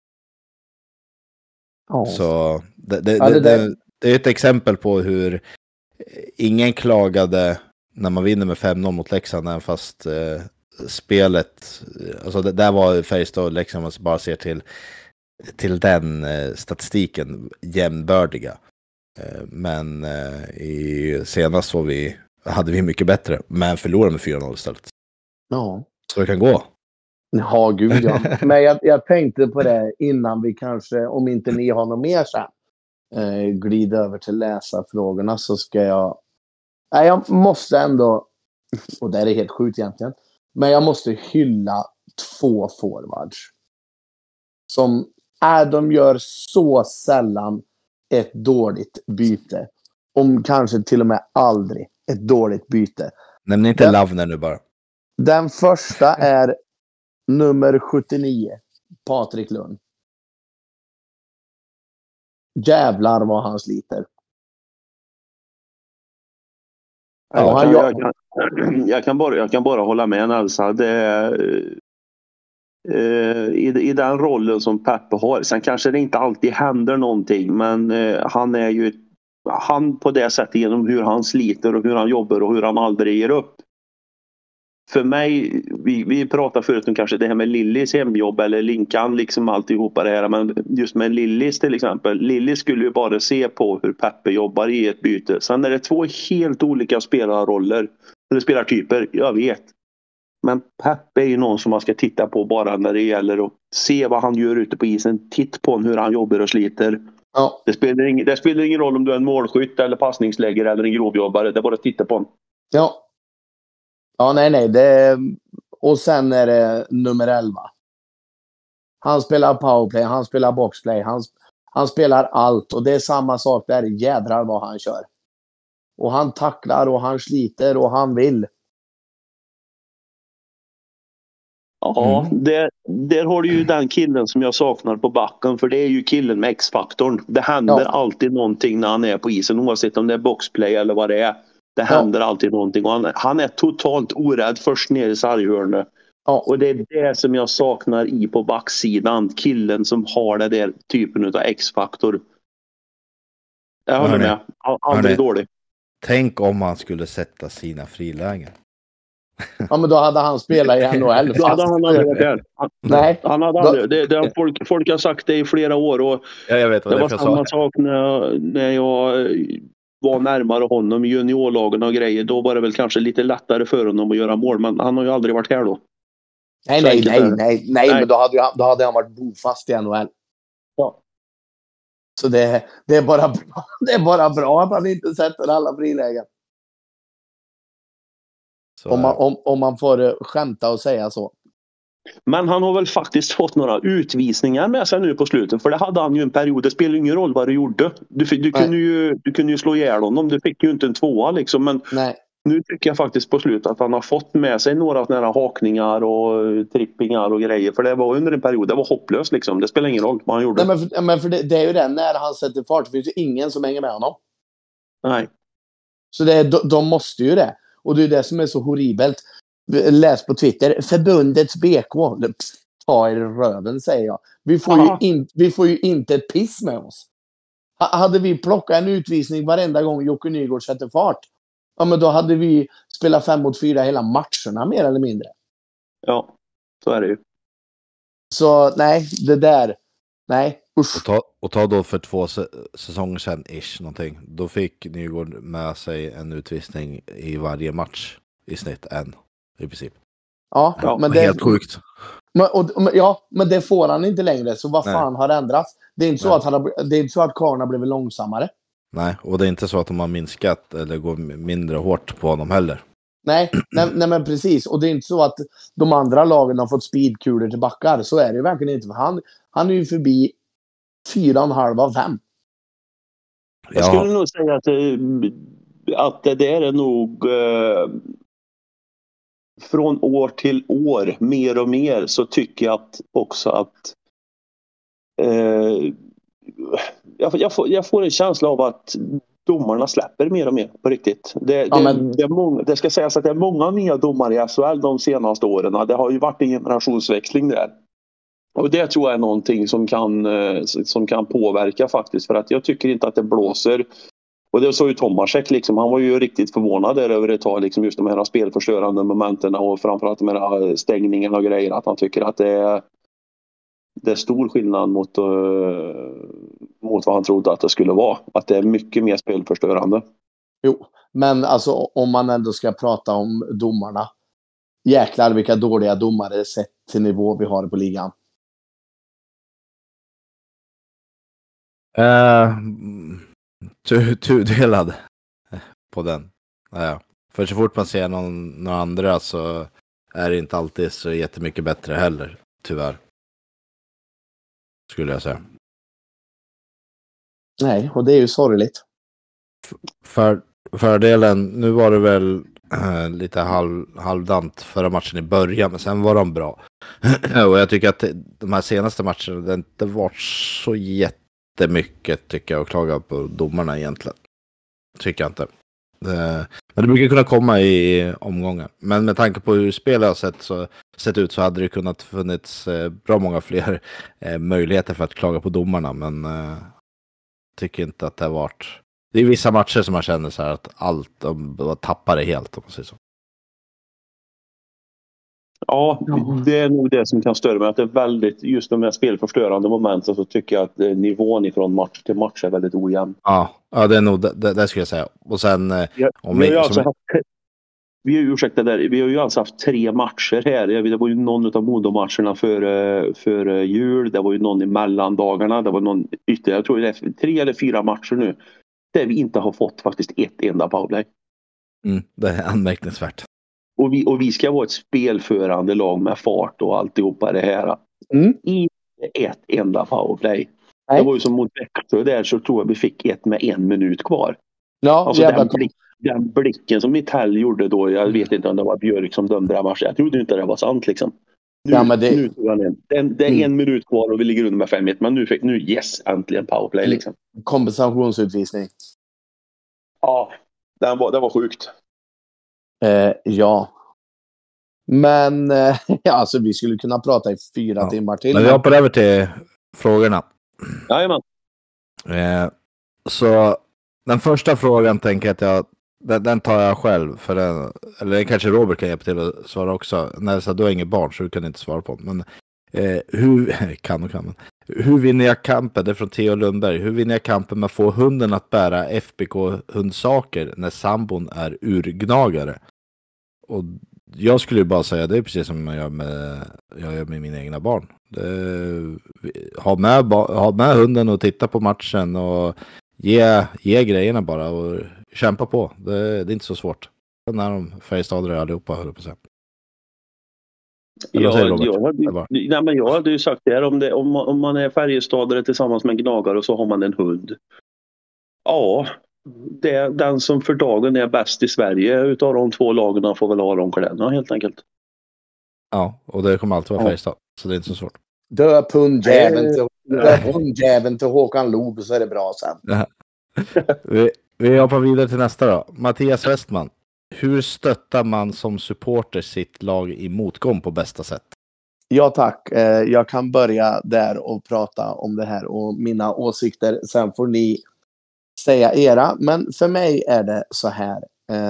Så det är ett exempel på hur ingen klagade när man vinner med 5-0 mot Leksand, även fast spelet, alltså det där var Färjestad och Leksand, man bara ser till den statistiken jämnbördiga. Men senast hade vi mycket bättre, men förlorade med 4-0 istället. Ja. Så det kan gå. Ja, gud ja. Men jag tänkte på det innan vi kanske, om inte ni har något mer sen, glida över till läsarfrågorna, så ska jag måste ändå, och det är helt sjukt egentligen, men jag måste hylla 2 forwards. De gör så sällan ett dåligt byte. Om kanske till och med aldrig ett dåligt byte. Nämn inte Lavner nu bara. Den första är nummer 79, Patrik Lund. jävlar vad han sliter. Ja, jag kan bara hålla med Nelsa. Det är, i den rollen som Peppe har. Sen kanske det inte alltid händer någonting, men han är ju på det sättet genom hur han sliter och hur han jobbar och hur han aldrig ger upp. För mig, vi pratade förut om kanske det här med Lillis hemjobb eller Linkan, liksom alltihopa det här, men just med Lillis till exempel. Lillis skulle ju bara se på hur Peppe jobbar i ett byte. Sen är det två helt olika spelarroller eller spelartyper, jag vet. Men Peppe är ju någon som man ska titta på bara när det gäller att se vad han gör ute på isen. Titt på hur han jobbar och sliter. Ja. Det spelar ingen roll om du är en målskytt eller passningsläggare eller en grovjobbare. Det är bara att titta på honom. Ja. Ja, nej. Och sen är det nummer 11. Han spelar powerplay, han spelar boxplay, han spelar allt. Och det är samma sak där, jädrar vad han kör. Och han tacklar och han sliter och han vill. Ja, där har du ju den killen som jag saknar på backen, för det är ju killen med X-faktorn. Det händer alltid någonting när han är på isen, oavsett om det är boxplay eller vad det är. Det händer alltid någonting och han är totalt orädd först ner i sarghörnet. Ja. Och det är det som jag saknar på backsidan. Killen som har det där typen av X-faktor. Jag håller med. Aldrig dålig. Tänk om han skulle sätta sina frilägen. Ja, men då hade han spelat i NHL. Då hade han aldrig varit där. Nej. Han hade aldrig. Folk har sagt det i flera år. Och ja, jag vet vad det var samma sak när jag var närmare honom i juniorlagen och grejer. Då var det väl kanske lite lättare för honom att göra mål. Men han har ju aldrig varit här då. Nej. Men då hade han varit bofast i NHL. Ja. Så det är bara bra att han inte sätter alla frilägen. Om man får skämta och säga så. Men han har väl faktiskt fått några utvisningar med sig nu på slutet. För det hade han ju en period. Det spelar ingen roll vad du gjorde. Du kunde ju slå ihjäl honom. Du fick ju inte en tvåa liksom. Men nu tycker jag faktiskt på slutet att han har fått med sig några sådana hakningar och trippingar och grejer. För det var under en period. Det var hopplöst liksom. Det spelar ingen roll vad han gjorde. Nej, men för det är ju det. När han sätter fart, det finns ju ingen som hänger med honom. Nej. Så de måste ju det. Och det är det som är så horribelt. Läs på Twitter. Förbundets BK. Ta i röven, säger jag. Vi får ju inte ett piss med oss. Hade vi plockat en utvisning varenda gång Jocke Nygård sätter fart. Ja, men då hade vi spelat 5-4 hela matcherna mer eller mindre. Ja, så är det ju. Så nej, det där. Nej, usch. Och ta då för 2 säsonger sedan ish någonting. Då fick Nygård med sig en utvisning i varje match i snitt i princip. Ja, men det helt sjukt. Men det får han inte längre. Så vad fan har ändrats? Det är inte så att karln har blivit långsammare. Nej, och det är inte så att de har minskat eller går mindre hårt på honom heller. Nej, men precis. Och det är inte så att de andra lagen har fått speedkulor till backar. Så är det ju verkligen inte. För han är ju förbi 4,5 av 5. Jag skulle nog säga att det där är nog från år till år mer och mer, så tycker jag också att jag får en känsla av att domarna släpper mer och mer på riktigt. Det ska sägas att det är många nya domare i SHL de senaste åren. Det har ju varit en generationsväxling där. Och det tror jag är någonting som kan påverka faktiskt. För att jag tycker inte att det blåser. Och det så ju Tomasek liksom. Han var ju riktigt förvånad där över ett tag. Liksom just de här spelförstörande momenten och framförallt de här stängningarna och grejer. Att han tycker att det är stor skillnad mot vad han trodde att det skulle vara. Att det är mycket mer spelförstörande. Jo, men alltså om man ändå ska prata om domarna. Jäklar vilka dåliga domare sett till nivå vi har på ligan. Tudelad på den. Ja. För så fort man ser någon andra så är det inte alltid så jättemycket bättre heller, tyvärr. Skulle jag säga. Nej, och det är ju sorgligt. Fördelen, nu var det väl lite halvdant förra matchen i början, men sen var de bra. Och jag tycker att de här senaste matcherna det inte varit så jättemycket tycker jag att klaga på domarna egentligen. Tycker jag inte. Men det brukar kunna komma i omgångar. Men med tanke på hur spelet har sett ut så hade det kunnat funnits bra många fler möjligheter för att klaga på domarna. Men tycker inte att det har varit... Det är vissa matcher som man känner så här att de tappar det helt om man säger så. Ja, det är nog det som kan störa mig. Att det är väldigt, just de här spelförstörande momenten så tycker jag att nivån ifrån match till match är väldigt ojämn. Ja, det är nog det skulle jag säga. Och sen... Vi har ju alltså haft 3 matcher här. Det var ju någon av Modo-matcherna för jul. Det var ju någon i mellandagarna. Det var någon ytterligare, jag tror det är 3 eller 4 matcher nu. Där vi inte har fått faktiskt ett enda powerplay. Det är anmärkningsvärt. Och vi ska vara ett spelförande lag med fart och alltihopa det här. Inte ett enda powerplay. Nej. Det var ju som mot Växjö där, så tror jag vi fick ett med 1 minut kvar. Ja, alltså den blicken som Mitell gjorde då, jag vet inte om det var Björk som dömde den matchen. Jag trodde inte det var sant liksom. Nu tog han en. Det är 1 minut kvar och vi ligger under med 5-1. Men nu yes, äntligen powerplay liksom. Kompensationsutvisning. Ja, det var sjukt. Ja. Men alltså vi skulle kunna prata i 4 timmar till. Men vi hoppar över till frågorna. Jajamän. Så den första frågan tänker jag att den tar jag själv. Eller kanske Robert kan hjälpa till att svara också. När så du har inget barn så du kan inte svara på. Men hur vinner jag kampen? Det är från Theo Lundberg. Hur vinner jag kampen med att få hunden att bära FBK-hundsaker när sambon är urgnagare? Och jag skulle ju bara säga det är precis som jag gör med mina egna barn. Ha med hunden och titta på matchen och ge grejerna bara och kämpa på. Det är inte så svårt. Sen är de färgstadare allihopa, höll på att säga. Jag hade ju sagt det här om man är färgstadare tillsammans med en gnagare och så har man en hund. Ja, det är den som för dagen är bäst i Sverige utav de 2 lagen får väl ha de kläderna helt enkelt. Ja, och det kommer alltid vara Färjestad, så det är inte så svårt. Döp hundjäveln till Håkan Loob så är det bra sen. Ja. Vi hoppar vidare till nästa då. Mattias Westman. Hur stöttar man som supporter sitt lag i motgång på bästa sätt? Ja tack, jag kan börja där och prata om det här och mina åsikter. Sen får ni säga era. Men för mig är det så här.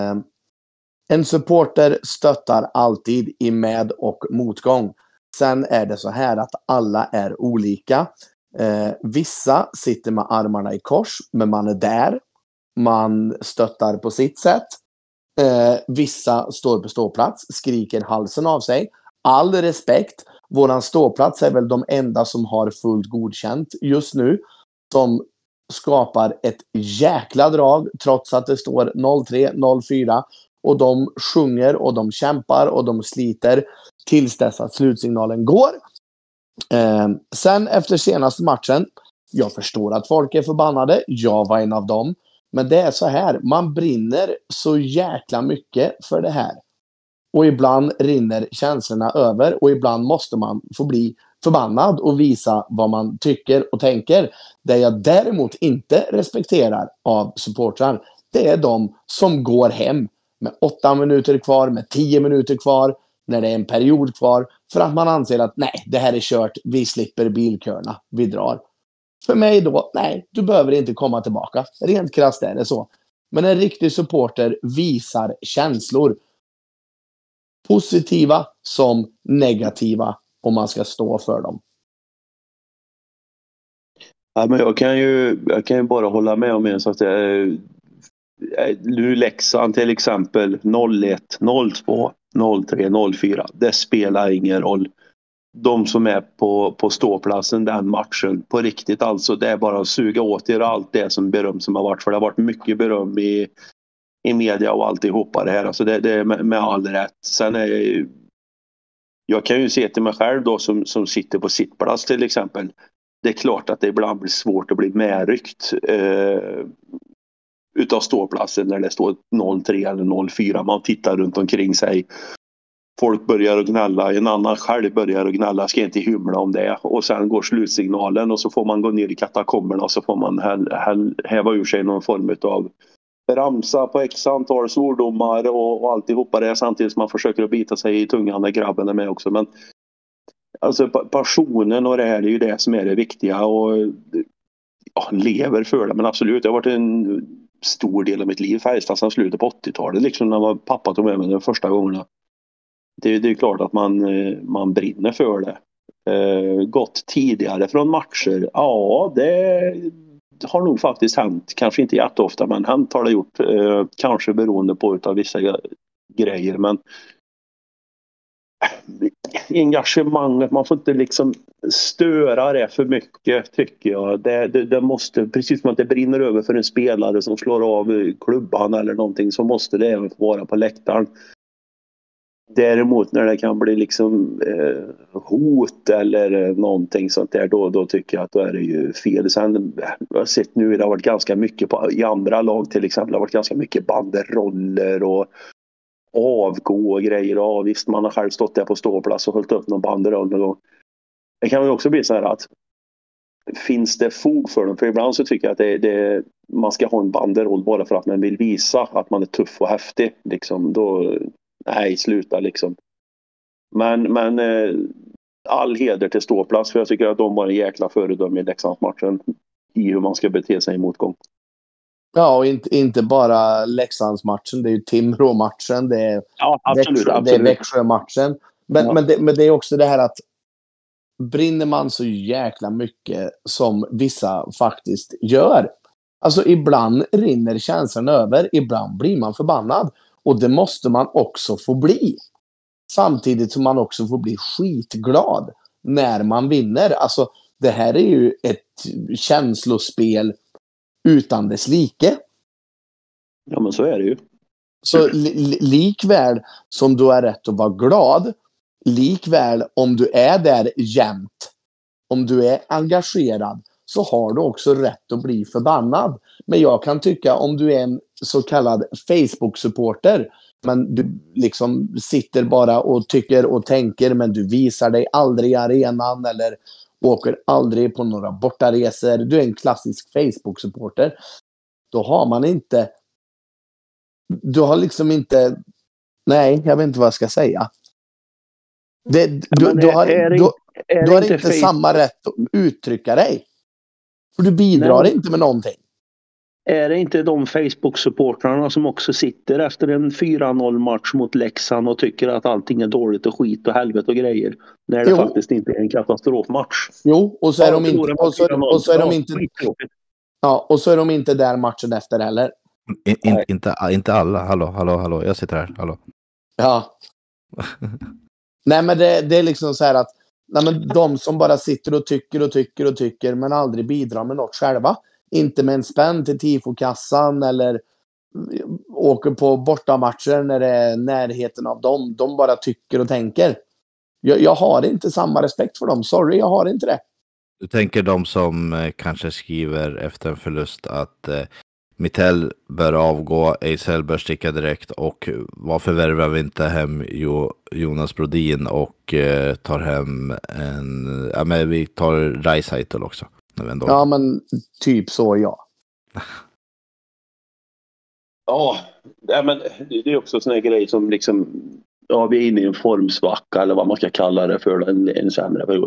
En supporter stöttar alltid i med- och motgång. Sen är det så här att alla är olika. Vissa sitter med armarna i kors, men man är där. Man stöttar på sitt sätt. Vissa står på ståplats, skriker halsen av sig. All respekt. Våran ståplats är väl de enda som har fullt godkänt just nu. Som skapar ett jäkla drag trots att det står 0-3, 0-4. Och de sjunger och de kämpar och de sliter tills dess att slutsignalen går. Sen efter senaste matchen, jag förstår att folk är förbannade. Jag var en av dem. Men det är så här, man brinner så jäkla mycket för det här. Och ibland rinner känslorna över och ibland måste man få bli förbannad och visa vad man tycker och tänker. Det jag däremot inte respekterar av supportrar, det är de som går hem med 8 minuter kvar, med 10 minuter kvar, när det är en period kvar, för att man anser att nej, det här är kört, vi slipper bilkörna, vi drar. För mig då, nej, du behöver inte komma tillbaka. Rent krasst är det så. Men en riktig supporter visar känslor. Positiva som negativa, om man ska stå för dem. Ja, men jag kan ju bara hålla med om en sak. Nu Leksand till exempel 01, 02, 03, 04. Det spelar ingen roll. De som är på ståplatsen den matchen på riktigt, alltså det är bara att suga åt er allt det som beröm som har varit, för det har varit mycket beröm i media och alltihopa det här, alltså det är med all rätt. Sen jag kan ju se till mig själv då som sitter på sittplats till exempel. Det är klart att det ibland blir svårt att bli medryckt utav ståplatsen när det står 03 eller 04. Man tittar runt omkring sig. folk börjar att gnälla, en annan själv börjar att gnälla, ska inte hymla om det. Och sen går slutsignalen och så får man gå ner i katakomberna och så får man häva ur sig någon form av ramsa på x antal svordomar och alltihopa det, samtidigt som man försöker att bita sig i tungan när grabben är med också. Men alltså passionen och det här är ju det som är det viktiga, och lever för det. Men absolut, det har varit en stor del av mitt liv Färjestad sedan slutet på 80-talet, liksom när pappa tog med mig de första gångerna. Det är klart att man brinner för det. Gått tidigare från matcher, ja, det har nog faktiskt hänt, kanske inte jätteofta, men hänt har det gjort, kanske beroende på utav vissa grejer, men engagemanget, man får inte liksom störa det för mycket, tycker jag. Det måste, precis som att det brinner över för en spelare som slår av klubban eller någonting, så måste det även vara på läktaren. Däremot när det kan bli liksom hot eller någonting sånt där, då tycker jag att då är det ju fel. Sen jag har sett nu, det har varit ganska mycket i andra lag till exempel, det har varit ganska mycket banderoller och avgå och grejer. Och visst, man har själv stått där på ståplats och hållit upp någon banderoll någon gång. Det kan ju också bli så här att finns det fog för dem? För ibland så tycker jag att man ska ha en banderoll bara för att man vill visa att man är tuff och häftig. Liksom, då, nej, sluta liksom. Men all heder till ståplats, för jag tycker att de var en jäkla föredöme i Leksandsmatchen i hur man ska bete sig i motgång. Ja, och inte bara Leksandsmatchen, det är ju Timrå-matchen, det är, ja, absolut. Det är Växjö-matchen. Men det är också det här att brinner man så jäkla mycket som vissa faktiskt gör. Alltså ibland rinner känslan över, ibland blir man förbannad. Och det måste man också få bli. Samtidigt som man också får bli skitglad när man vinner. Alltså det här är ju ett känslospel utan dess like. Ja, men så är det ju. Så likväl som du är rätt att vara glad, likväl om du är där jämt, om du är engagerad, så har du också rätt att bli förbannad. Men jag kan tycka, om du är en så kallad Facebook-supporter, men du liksom sitter bara och tycker och tänker, men du visar dig aldrig i arenan eller åker aldrig på några bortaresor, du är en klassisk Facebook-supporter, då har man inte, du har liksom inte, nej, jag vet inte vad jag ska säga. Du har inte samma rätt att uttrycka dig. För du bidrar inte med någonting. Är det inte de Facebook-supportrarna som också sitter efter en 4-0-match mot Leksand och tycker att allting är dåligt och skit och helvete och grejer, när det faktiskt inte är en katastrofmatch? Jo, och så är de inte, och så är de inte där matchen efter heller. Inte alla. Hallå, jag sitter här. Hallå. Ja. Nej, men det är liksom så här att de som bara sitter och tycker men aldrig bidrar med något själva. Inte med en spänn till tifokassan eller åker på bortamatcher när det är närheten av dem. De bara tycker och tänker. Jag har inte samma respekt för dem. Sorry, jag har inte det. Du tänker de som kanske skriver efter en förlust att Mitell bör avgå, Ejsell bör sticka direkt, och varför värvar vi inte hem Jonas Brodin och tar hem men vi tar Dreisaitl också. Ja, men typ så, ja. Ja, men det är också såna grejer som liksom, ja, vi är inne i en formsvacka eller vad man ska kalla det för, en sämre period.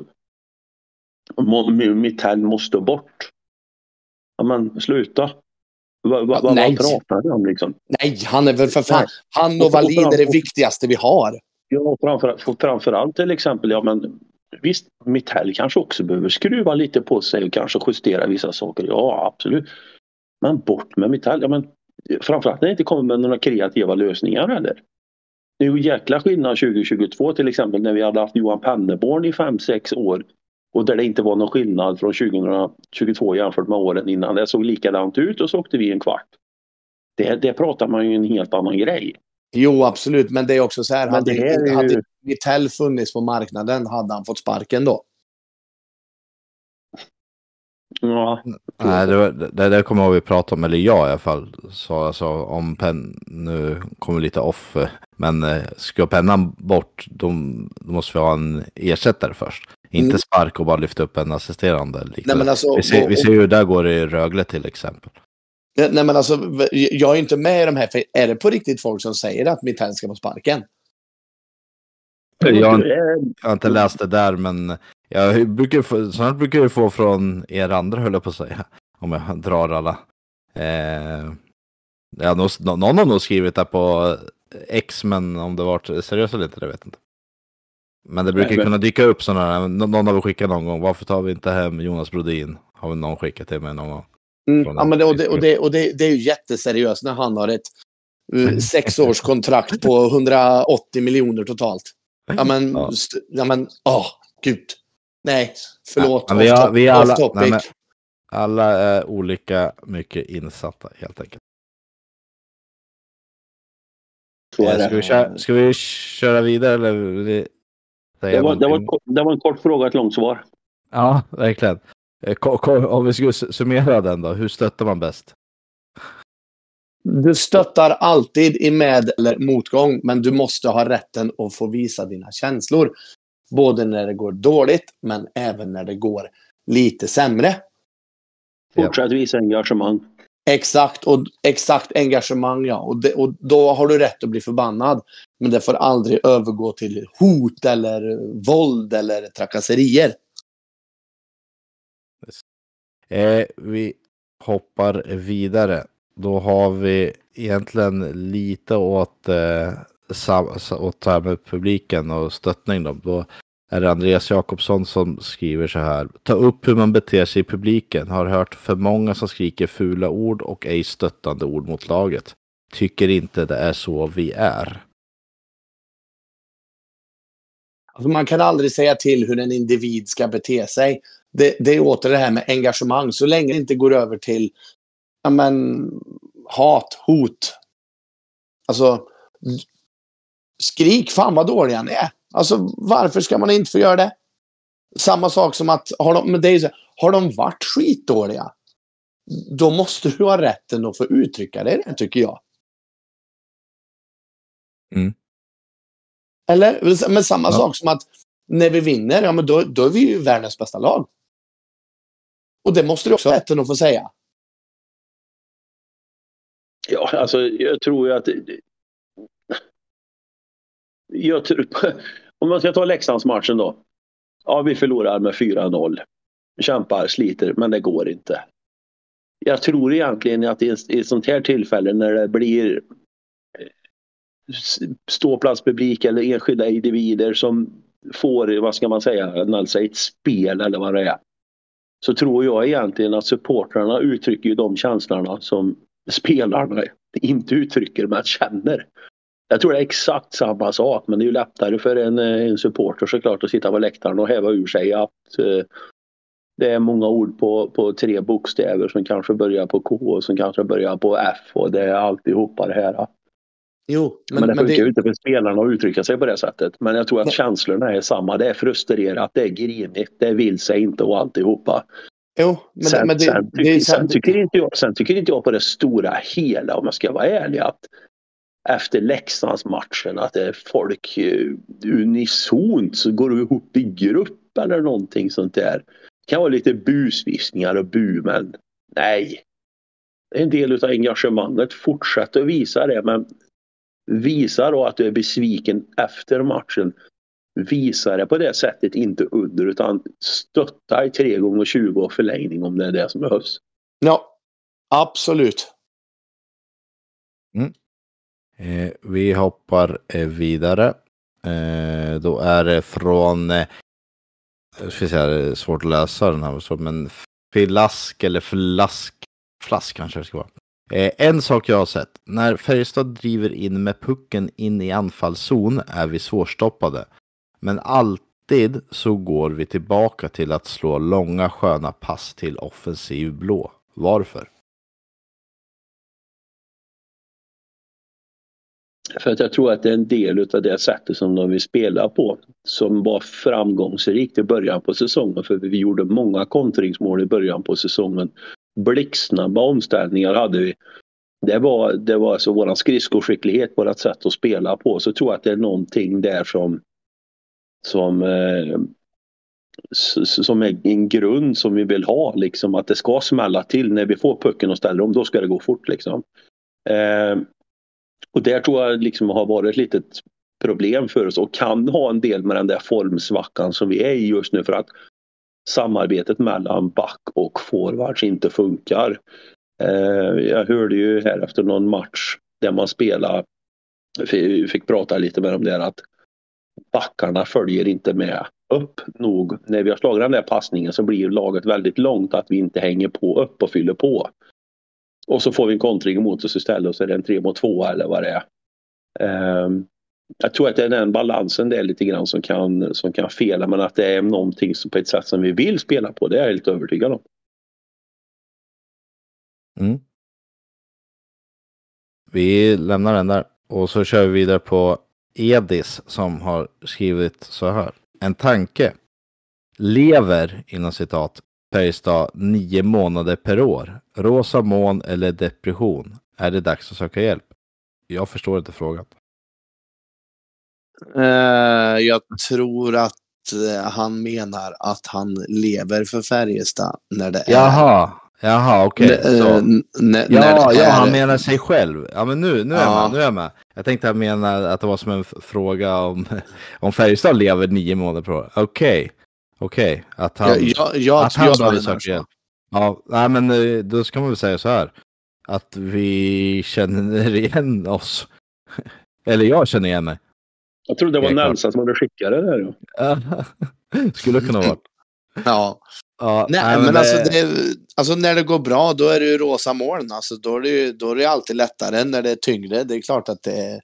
Mitell måste bort. Ja, men sluta. Vad pratar du om liksom? Nej, han är väl för fan. Han och Wallin är det viktigaste vi har. Ja, framförallt till exempel, ja, men visst, Mitell kanske också behöver skruva lite på sig och kanske justera vissa saker. Ja, absolut. Men bort med Mitell. Ja, men framförallt när det inte kommer med några kreativa lösningar heller. Det är ju jäkla skillnad 2022 till exempel, när vi hade haft Johan Penneborn i 5-6 år och där det inte var någon skillnad från 2022 jämfört med åren innan. Det såg likadant ut och så åkte vi en kvart. Det pratar man ju en helt annan grej. Jo, absolut. Men det är också så här. Hade Mitell funnits på marknaden hade han fått sparken då. Ja, Nej, det kommer jag ihåg vi pratade om, eller jag i alla fall. Så alltså, om nu kommer lite off, men ska pennan bort, då måste vi ha en ersättare först. Inte spark och bara lyfta upp en assisterande. Nej, men alltså, vi ser ju hur där går det i Rögle till exempel. Nej, men alltså, jag är inte med i de här. För är det på riktigt folk som säger att Mitell ska på sparken? Jag har inte läst det där, men snart brukar jag få från er andra, höll jag på att säga. Om jag drar alla. Någon har nog skrivit det på X, men om det var seriöst eller inte, det vet jag inte. Men det brukar kunna dyka upp sådana här. Någon har vi skickat någon gång. Varför tar vi inte hem Jonas Brodin? Har vi någon skickat till mig någon gång? Ja, men det är ju jätteseriöst när han har ett 6-årskontrakt på 180 miljoner totalt. Gud. Nej, förlåt. Ja, vi alla är olika mycket insatta, helt enkelt. Ska vi köra vidare, eller? Det var en kort fråga, ett långt svar. Ja, verkligen. Om vi skulle summera den då, hur stöttar man bäst? Du stöttar alltid i med- eller motgång, men du måste ha rätten att få visa dina känslor. Både när det går dåligt, men även när det går lite sämre. Fortsätt visa engagemang. Exakt engagemang, ja. Och då har du rätt att bli förbannad. Men det får aldrig övergå till hot eller våld eller trakasserier. Vi hoppar vidare. Då har vi egentligen lite åt här med publiken och stöttning. Då är det Andreas Jakobsson som skriver så här: ta upp hur man beter sig i publiken. Har hört för många som skriker fula ord och ej stöttande ord mot laget. Tycker inte det är så vi är. Alltså man kan aldrig säga till hur en individ ska bete sig. Det är åter det här med engagemang. Så länge det inte går över till hat, hot. Alltså, skrik fan vad dåliga ni är. Alltså, varför ska man inte få göra det? Samma sak som att, har de varit skitdåliga? Då måste du ha rätten att få uttrycka det, tycker jag. Mm. Eller? Men samma sak som att när vi vinner, ja men då är vi ju världens bästa lag. Och det måste du också ha rätten att få säga. Ja, alltså jag tror ju att om man ska ta Leksandsmatchen då. Ja, vi förlorar med 4-0. Kämpar, sliter, men det går inte. Jag tror egentligen att i ett sånt här tillfälle när det blir ståplatspublik eller enskilda individer som får, vad ska man säga, alltså ett spel eller vad det är. Så tror jag egentligen att supportrarna uttrycker de känslorna som spelarna inte uttrycker men känner. Jag tror det är exakt samma sak, men det är ju lättare för en supporter såklart att sitta på läktaren och häva ur sig att det är många ord på 3 bokstäver som kanske börjar på K och som kanske börjar på F och det är alltihopa det här. Jo, men det funkar ju inte för spelarna att uttrycka sig på det sättet. Men jag tror att känslorna är samma. Det är frustrerat, det är grinigt, det vill sig inte och alltihopa. Jo, men sen tycker inte jag på det stora hela, om jag ska vara ärlig, att efter Leksandsmatchen att det är folk unisont så går du ihop i grupp eller någonting sånt där. Det kan vara lite busviskningar och men nej. Det är en del av engagemanget. Fortsätt att visa det, men visa då att du är besviken efter matchen. Visa det på det sättet, inte under, utan stötta i 3x20 och förlängning om det är det som behövs. Ja, absolut. Vi hoppar vidare. Då är det från det är svårt att läsa den här, men Filask eller Flask kanske det ska vara. En sak jag har sett. När Färjestad driver in med pucken in i anfallszon är vi svårstoppade. Men alltid så går vi tillbaka till att slå långa sköna pass till offensiv blå. Varför? För att jag tror att det är en del av det sättet som de vill spela på som var framgångsrikt i början på säsongen. För vi gjorde många kontringsmål i början på säsongen. Blixtsnabba omställningar hade vi. Det var alltså våran skridskoskicklighet, vårat sätt att spela på. Så tror jag att det är någonting där som är en grund som vi vill ha. Liksom, att det ska smälla till när vi får pucken och ställer om. Då ska det gå fort. Liksom. Och där tror jag liksom har varit ett litet problem för oss och kan ha en del med den där formsvackan som vi är i just nu för att samarbetet mellan back och forwards inte funkar. Jag hörde ju här efter någon match där man spelar, fick prata lite med dem där att backarna följer inte med upp nog. När vi har slagit den där passningen så blir laget väldigt långt att vi inte hänger på upp och fyller på. Och så får vi en kontring emot oss istället och så är det en 3-2 eller vad det är. Jag tror att det är den balansen det är lite grann som kan fela, men att det är någonting som på ett sätt som vi vill spela på, det är jag helt övertygad om. Mm. Vi lämnar den där och så kör vi vidare på Edis som har skrivit så här. En tanke. Lever inom citat Färjestad 9 månader per år. Rosa moln eller depression. Är det dags att söka hjälp? Jag förstår inte frågan. Jag tror att han menar att han lever för Färjestad när det är... Jaha, okej. Han menar sig själv. Ja, men nu är jag med. Jag tänkte han menar att det var som en fråga om Färjestad lever 9 månader per år. Okej. Att han behöver söka hjälp. Ja, nej, men då ska man väl säga så här. Att vi känner igen oss. Eller jag känner igen mig. Jag tror det var Nelson som hade skickat det där. Ja. Skulle kunna vara. Ja. Nej, men alltså när det går bra då är det ju rosa moln. Alltså, då är det alltid lättare när det är tyngre. Det är klart att det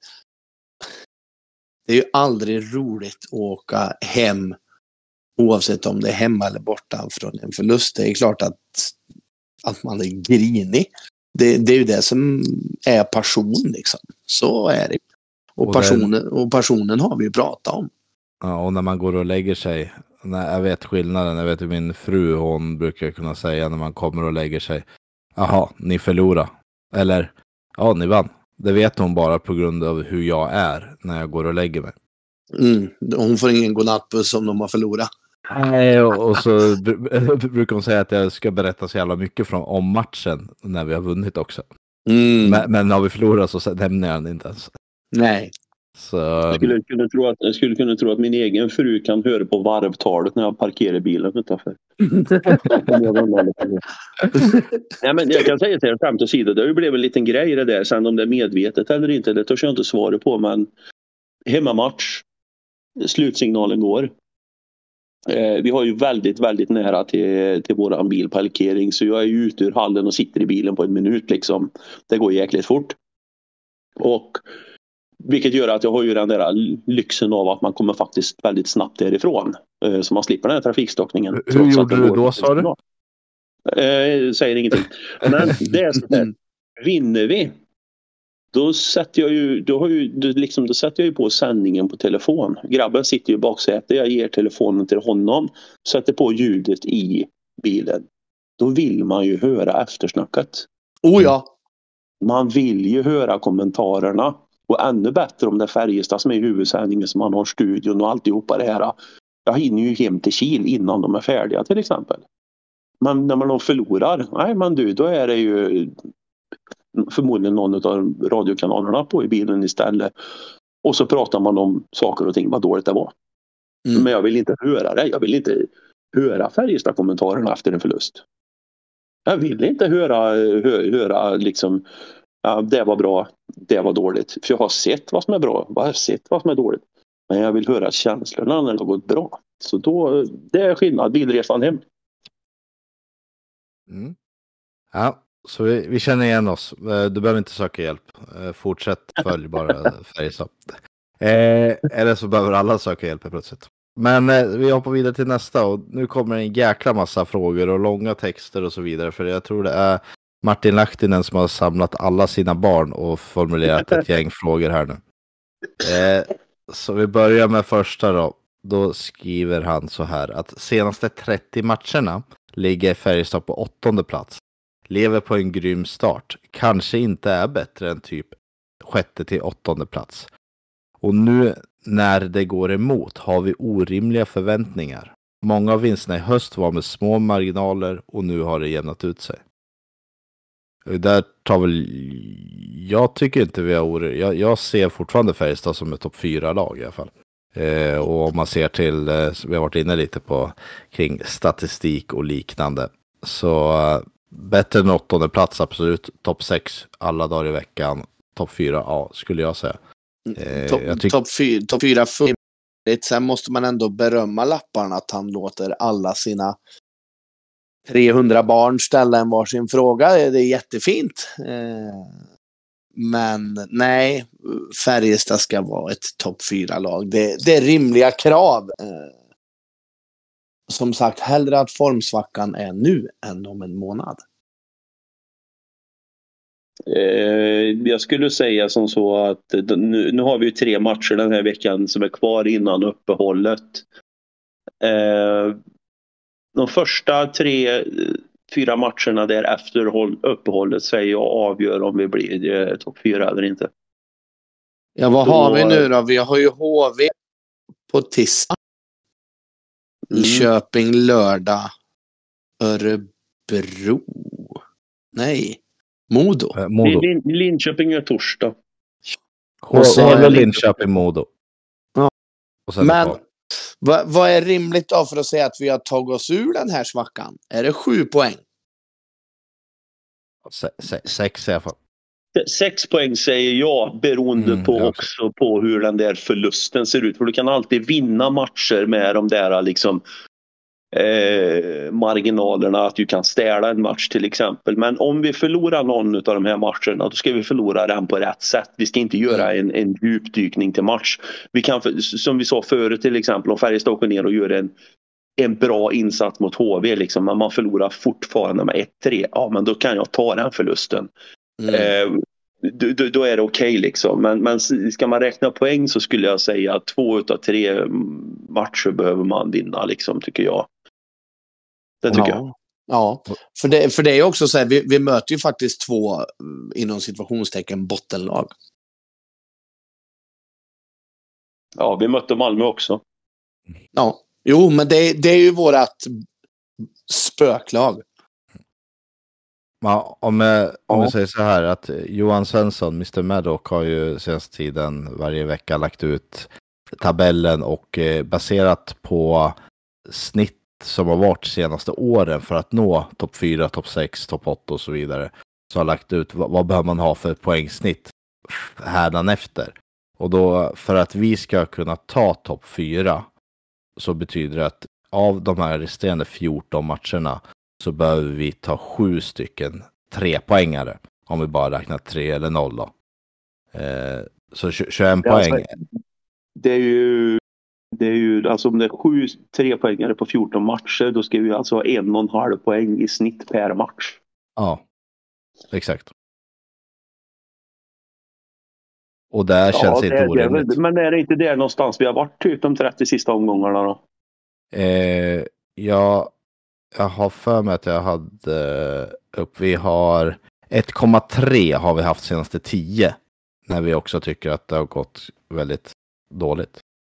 är ju aldrig roligt att åka hem oavsett om det är hemma eller borta från en förlust. Det är klart att man är grinig. Det är ju det som är passion liksom. Så är det. Och passionen har vi ju pratat om. Ja, och när man går och lägger sig. Jag vet skillnaden. Jag vet hur min fru, hon brukar kunna säga när man kommer och lägger sig. Jaha, ni förlorar. Eller, ja, ni vann. Det vet hon bara på grund av hur jag är när jag går och lägger mig. Hon får ingen godnattbuss om de har förlorat. Nej, och så brukar hon säga att jag ska berätta så jävla mycket om matchen när vi har vunnit också. Men när vi förlorar så nämner jag den inte ens. Nej. Så... Jag skulle kunna tro att min egen fru kan höra på varvtalet när jag parkerar bilen utanför. Nej, men jag kan säga till er skämt åsido, det har ju blivit en liten grej i det där. Sen om det är medvetet eller inte, det törs jag inte svara på. Men hemmamatch, slutsignalen går. Vi har ju väldigt, väldigt nära till våran bilparkering. Så jag är ju ute ur hallen och sitter i bilen på en minut liksom. Det går jäkligt fort. Och vilket gör att jag har ju den där lyxen av att man kommer faktiskt väldigt snabbt därifrån. Så man slipper den här trafikstockningen. Hur gjorde du då, sa du? Säger ingenting. Men det är så här. Vinner vi, då sätter jag ju på sändningen på telefon. Grabben sitter ju i baksätet. Jag ger telefonen till honom. Sätter på ljudet i bilen. Då vill man ju höra eftersnacket. Oh ja. Man vill ju höra kommentarerna. Och ännu bättre om det är Färjestad som är i huvudsändningen, som man har studion och alltihopa det här. Jag hinner ju hem till Kil innan de är färdiga till exempel. Men när man förlorar, nej men då är det ju förmodligen någon av radiokanalerna på i bilen istället. Och så pratar man om saker och ting, vad dåligt det var. Men jag vill inte höra det. Jag vill inte höra Färjestad-kommentarerna efter en förlust. Jag vill inte höra liksom, ja, det var bra, det var dåligt. För jag har sett vad som är bra, jag har sett vad som är dåligt. Men jag vill höra känslorna när det har gått bra. Så då, det är skillnad, bilresan hem. Ja, så vi känner igen oss. Du behöver inte söka hjälp. Fortsätt följ bara Färjestad. Eller så behöver alla söka hjälp plötsligt. Men vi hoppar vidare till nästa. Och nu kommer en jäkla massa frågor och långa texter och så vidare. För jag tror det är Martin Lahtinen som har samlat alla sina barn och formulerat ett gäng frågor här nu. Så vi börjar med första då. Då skriver han så här att senaste 30 matcherna ligger Färjestad på 8:e plats. Lever på en grym start. Kanske inte är bättre än typ 6:e till 8:e plats. Och nu när det går emot har vi orimliga förväntningar. Många av vinsterna i höst var med små marginaler och nu har det jämnat ut sig. Där tar väl... Jag tycker inte vi har jag ser fortfarande Färjestad som ett topp 4-lag i alla fall. Och om man ser till, vi har varit inne lite på kring statistik och liknande. Så bättre än 8:e plats, absolut. Topp 6 alla dagar i veckan. Topp 4, ja, skulle jag säga. Topp 4 fullständigt. Sen måste man ändå berömma Lapparna att han låter alla sina 300 barn ställa en varsin fråga. Det är jättefint. Men nej, Färjestad ska vara ett topp 4-lag. Det är rimliga krav. Som sagt, hellre att formsvackan är nu än om en månad. Jag skulle säga som så att nu har vi ju 3 matcher den här veckan som är kvar innan uppehållet. De första 3-4 matcherna där efter uppehållet säger jag avgör om vi blir topp 4 eller inte. Ja, vad har vi nu då? Vi har ju HV på tisdag. Köping lördag. Örebro. Nej. Modo. Linköping är torsdag. Och så HV, Linköping, Modo. Ja. Och sen men vad är rimligt då för att säga att vi har tagit oss ur den här svackan? Är det 7 poäng? 6 i alla fall. 6 poäng säger jag, beroende på också på hur den där förlusten ser ut. För du kan alltid vinna matcher med de där liksom marginalerna, att du kan ställa en match till exempel. Men om vi förlorar någon av de här matcherna, då ska vi förlora den på rätt sätt. Vi ska inte göra en djupdykning till match. Vi kan, som vi sa förut till exempel, om Färjestad åker ner och gör en bra insats mot HV liksom, men man förlorar fortfarande med 1-3, ja men då kan jag ta den förlusten. Då är det okej liksom. Men ska man räkna poäng så skulle jag säga att 2 av 3 matcher behöver man vinna liksom, tycker jag. Det tycker jag. Ja, för det är också så här, vi möter ju faktiskt 2 inom situationstecken bottenlag. Ja, vi mötte Malmö också. Ja, jo, men det är ju vårat spöklag. Ja, om vi säger så här att Johan Svensson, Mr. Maddock, har ju senaste tiden varje vecka lagt ut tabellen och baserat på snitt som har varit de senaste åren för att nå topp 4, topp 6, topp 8 och så vidare. Så har lagt ut vad behöver man ha för poängsnitt hädanefter. Och då för att vi ska kunna ta topp 4 så betyder det att av de här resterande 14 matcherna så behöver vi ta 7 stycken 3-poängare. Om vi bara räknar 3 eller 0 då. Så 21 poäng. Det är ju alltså om det är 7 3-poängare på 14 matcher, då ska vi alltså ha 1,5 poäng i snitt per match. Ja, exakt. Och där känns inte orimligt. Men är det inte där någonstans vi har varit typ de 30 sista omgångarna då? Jag har för mig att jag hade vi har 1,3 har vi haft senaste 10. När vi också tycker att det har gått väldigt dåligt.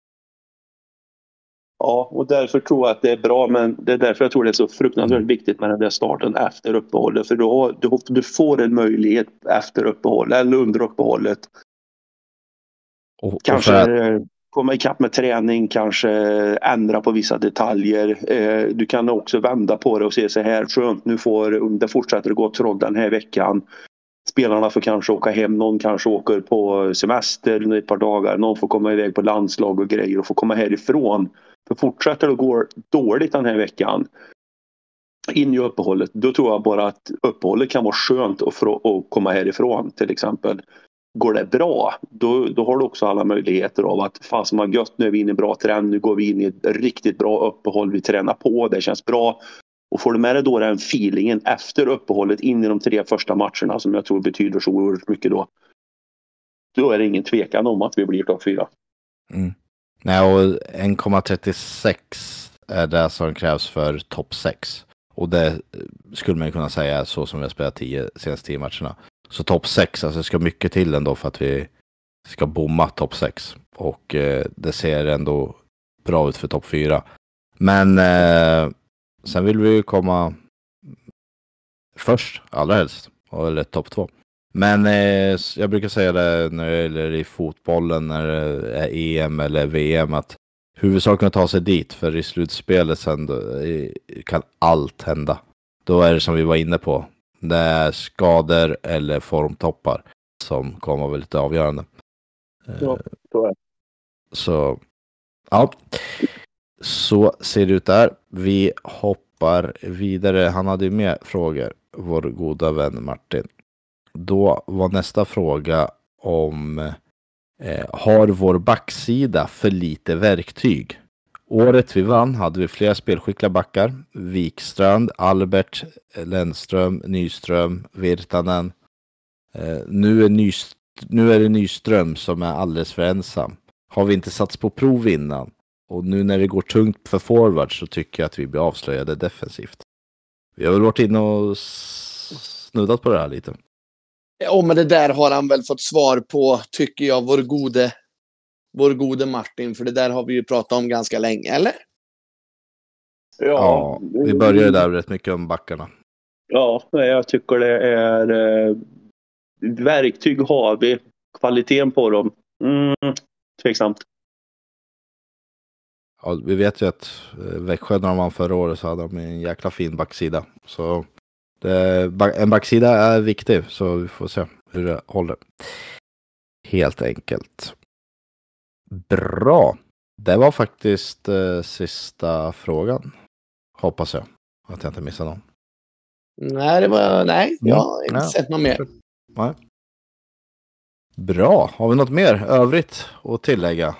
Ja, och därför tror jag att det är bra, men det är därför jag tror det är så fruktansvärt viktigt med den där starten efter uppehållet. För du får en möjlighet efter uppehållet eller under uppehållet. Kanske komma ikapp med träning, kanske ändra på vissa detaljer. Du kan också vända på det och se så här, skönt, nu det fortsätter att gå troll den här veckan. Spelarna får kanske åka hem, någon kanske åker på semester ett par dagar, någon får komma iväg på landslag och grejer och få komma härifrån. För fortsätter det att gå dåligt den här veckan in i uppehållet, då tror jag bara att uppehållet kan vara skönt att komma härifrån till exempel. Går det bra, då har du också alla möjligheter av att fan som har gött, nu är vi inne i bra träning, nu går vi in i ett riktigt bra uppehåll, vi tränar på, det känns bra. Och får du med dig då den feelingen efter uppehållet in i de 3 första matcherna som jag tror betyder så oerhört mycket då. då är det ingen tvekan om att vi blir topp 4. Nej, och 1,36 är det som krävs för topp 6. Och det skulle man kunna säga så som vi har spelat senaste 10 matcherna. Så topp 6, alltså det ska mycket till ändå för att vi ska bomma topp 6. Och det ser ändå bra ut för topp 4. Men sen vill vi ju komma först, allra helst. Eller topp 2. Men jag brukar säga det när det gäller i fotbollen, när det är EM eller VM, att huvudsaken att ta sig dit, för i slutspelet sen då, kan allt hända. Då är det som vi var inne på. Det är skador eller formtoppar som kommer att vara lite avgörande. Ja, så är det. Så, ja. Så ser det ut där. Vi hoppar vidare. Han hade ju mer frågor, vår goda vän Martin. Då var nästa fråga om har vår backsida för lite verktyg? Året vi vann hade vi flera spelskickliga backar. Wikstrand, Albert, Lennström, Nyström, Virtanen. Nu är det Nyström som är alldeles för ensam. Har vi inte satts på prov innan? Och nu när det går tungt för forward så tycker jag att vi blir avslöjade defensivt. Vi har väl varit inne och snuddat på det här lite. Ja, men det där har han väl fått svar på, tycker jag, vår gode Martin. För det där har vi ju pratat om ganska länge, eller? Ja, vi började där rätt mycket om backarna. Ja, jag tycker det är verktyg har vi. Kvaliteten på dem. Tveksamt. Ja, vi vet ju att Växjö när de vann förra året så hade de en jäkla fin backsida. Så en backsida är viktig, så vi får se hur det håller. Helt enkelt. Bra. Det var faktiskt sista frågan. Hoppas jag att jag inte missar någon. Nej, jag har inte sett något mer. Nej. Bra. Har vi något mer övrigt att tillägga?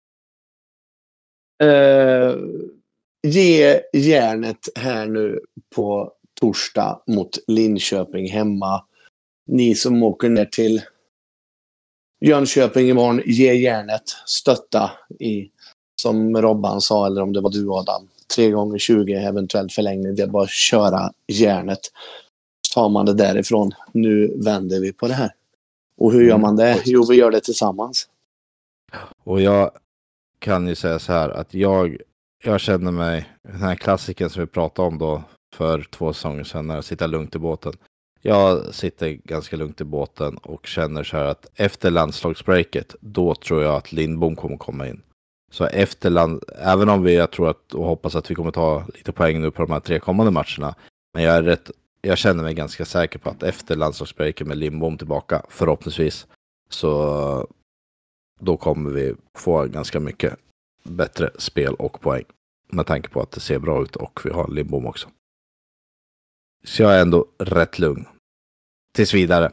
Ge järnet här nu på torsdag mot Linköping hemma. Ni som åker ner till Jönköping imorgon, ge järnet, stötta i, som Robban sa, eller om det var du Adam, 3x20 eventuellt förlängning. Det är bara att köra järnet. Tar man det därifrån, nu vänder vi på det här. Och hur gör man det? Jo, vi gör det tillsammans. Och jag kan ju säga så här att jag känner mig, den här klassiken som vi pratade om då för 2 säsonger sedan, när jag sitter lugnt i båten. Jag sitter ganska lugnt i båten och känner så här att efter landslagsbreaket, då tror jag att Lindbom kommer komma in. Så även om jag tror att och hoppas att vi kommer ta lite poäng nu på de här 3 kommande matcherna, men jag känner mig ganska säker på att efter landslagsbreaket med Lindbom tillbaka, förhoppningsvis, så då kommer vi få ganska mycket bättre spel och poäng. Med tanke på att det ser bra ut och vi har Lindbom också. Så jag är ändå rätt lugn. Tills vidare.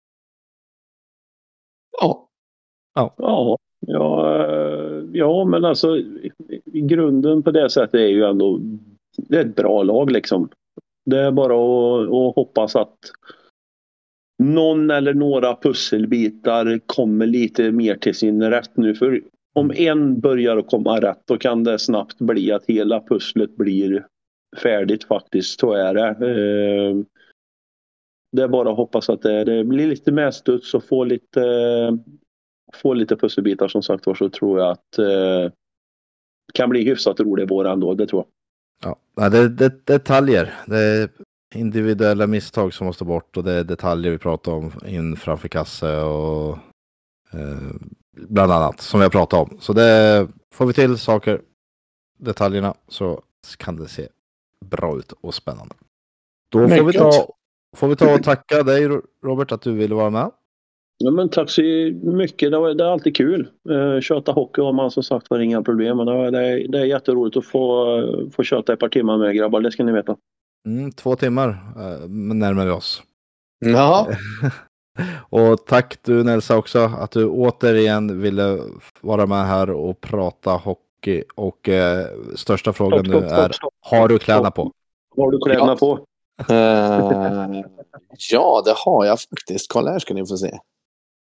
Ja, men alltså i grunden på det sättet är ju ändå det är ett bra lag liksom. Det är bara att hoppas att någon eller några pusselbitar kommer lite mer till sin rätt nu. För om en börjar att komma rätt, då kan det snabbt bli att hela pusslet blir färdigt faktiskt. Så är det. Det är bara att hoppas att det blir lite medstuds och få lite pusselbitar som sagt var, så tror jag att kan bli hyfsat rolig vår ändå, det tror jag. Ja, det är detaljer. Det är individuella misstag som måste bort och det är detaljer vi pratar om in framför kasse och bland annat som vi har pratat om. Så det får vi till detaljerna, så kan det se bra ut och spännande. Då får vi ta och tacka dig Robert att du ville vara med. Ja, men tack så mycket. Det är alltid kul. Köta hockey har man som sagt var inga problem. Men det är jätteroligt att få köta ett par timmar med grabbar. Det ska ni veta. 2 timmar närmar vi oss. Ja. Och tack du Nelsa också att du återigen ville vara med här och prata hockey. Och största frågan nu är, har du kläderna på? Har du kläderna på? Ja, det har jag faktiskt. Kolla här ska ni få se.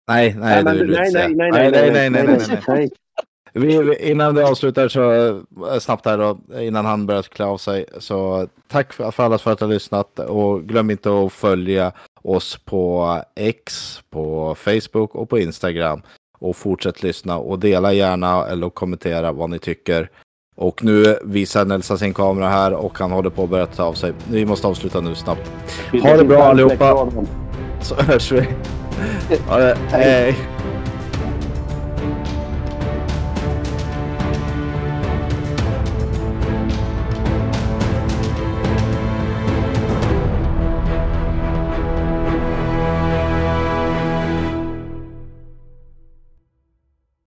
Nej, det vill vi inte säga. Nej. Innan det avslutar så snabbt här då, innan han börjar klä av sig. Så tack för alla för att ha lyssnat och glöm inte att följa oss på X, på Facebook och på Instagram. Och fortsätt lyssna och dela gärna eller kommentera vad ni tycker. Och nu visar Nelsa sin kamera här och han håller på att börja ta av sig. Vi måste avsluta nu snabbt. Ha det bra allihopa. Så hörs vi. Ha det. Hej.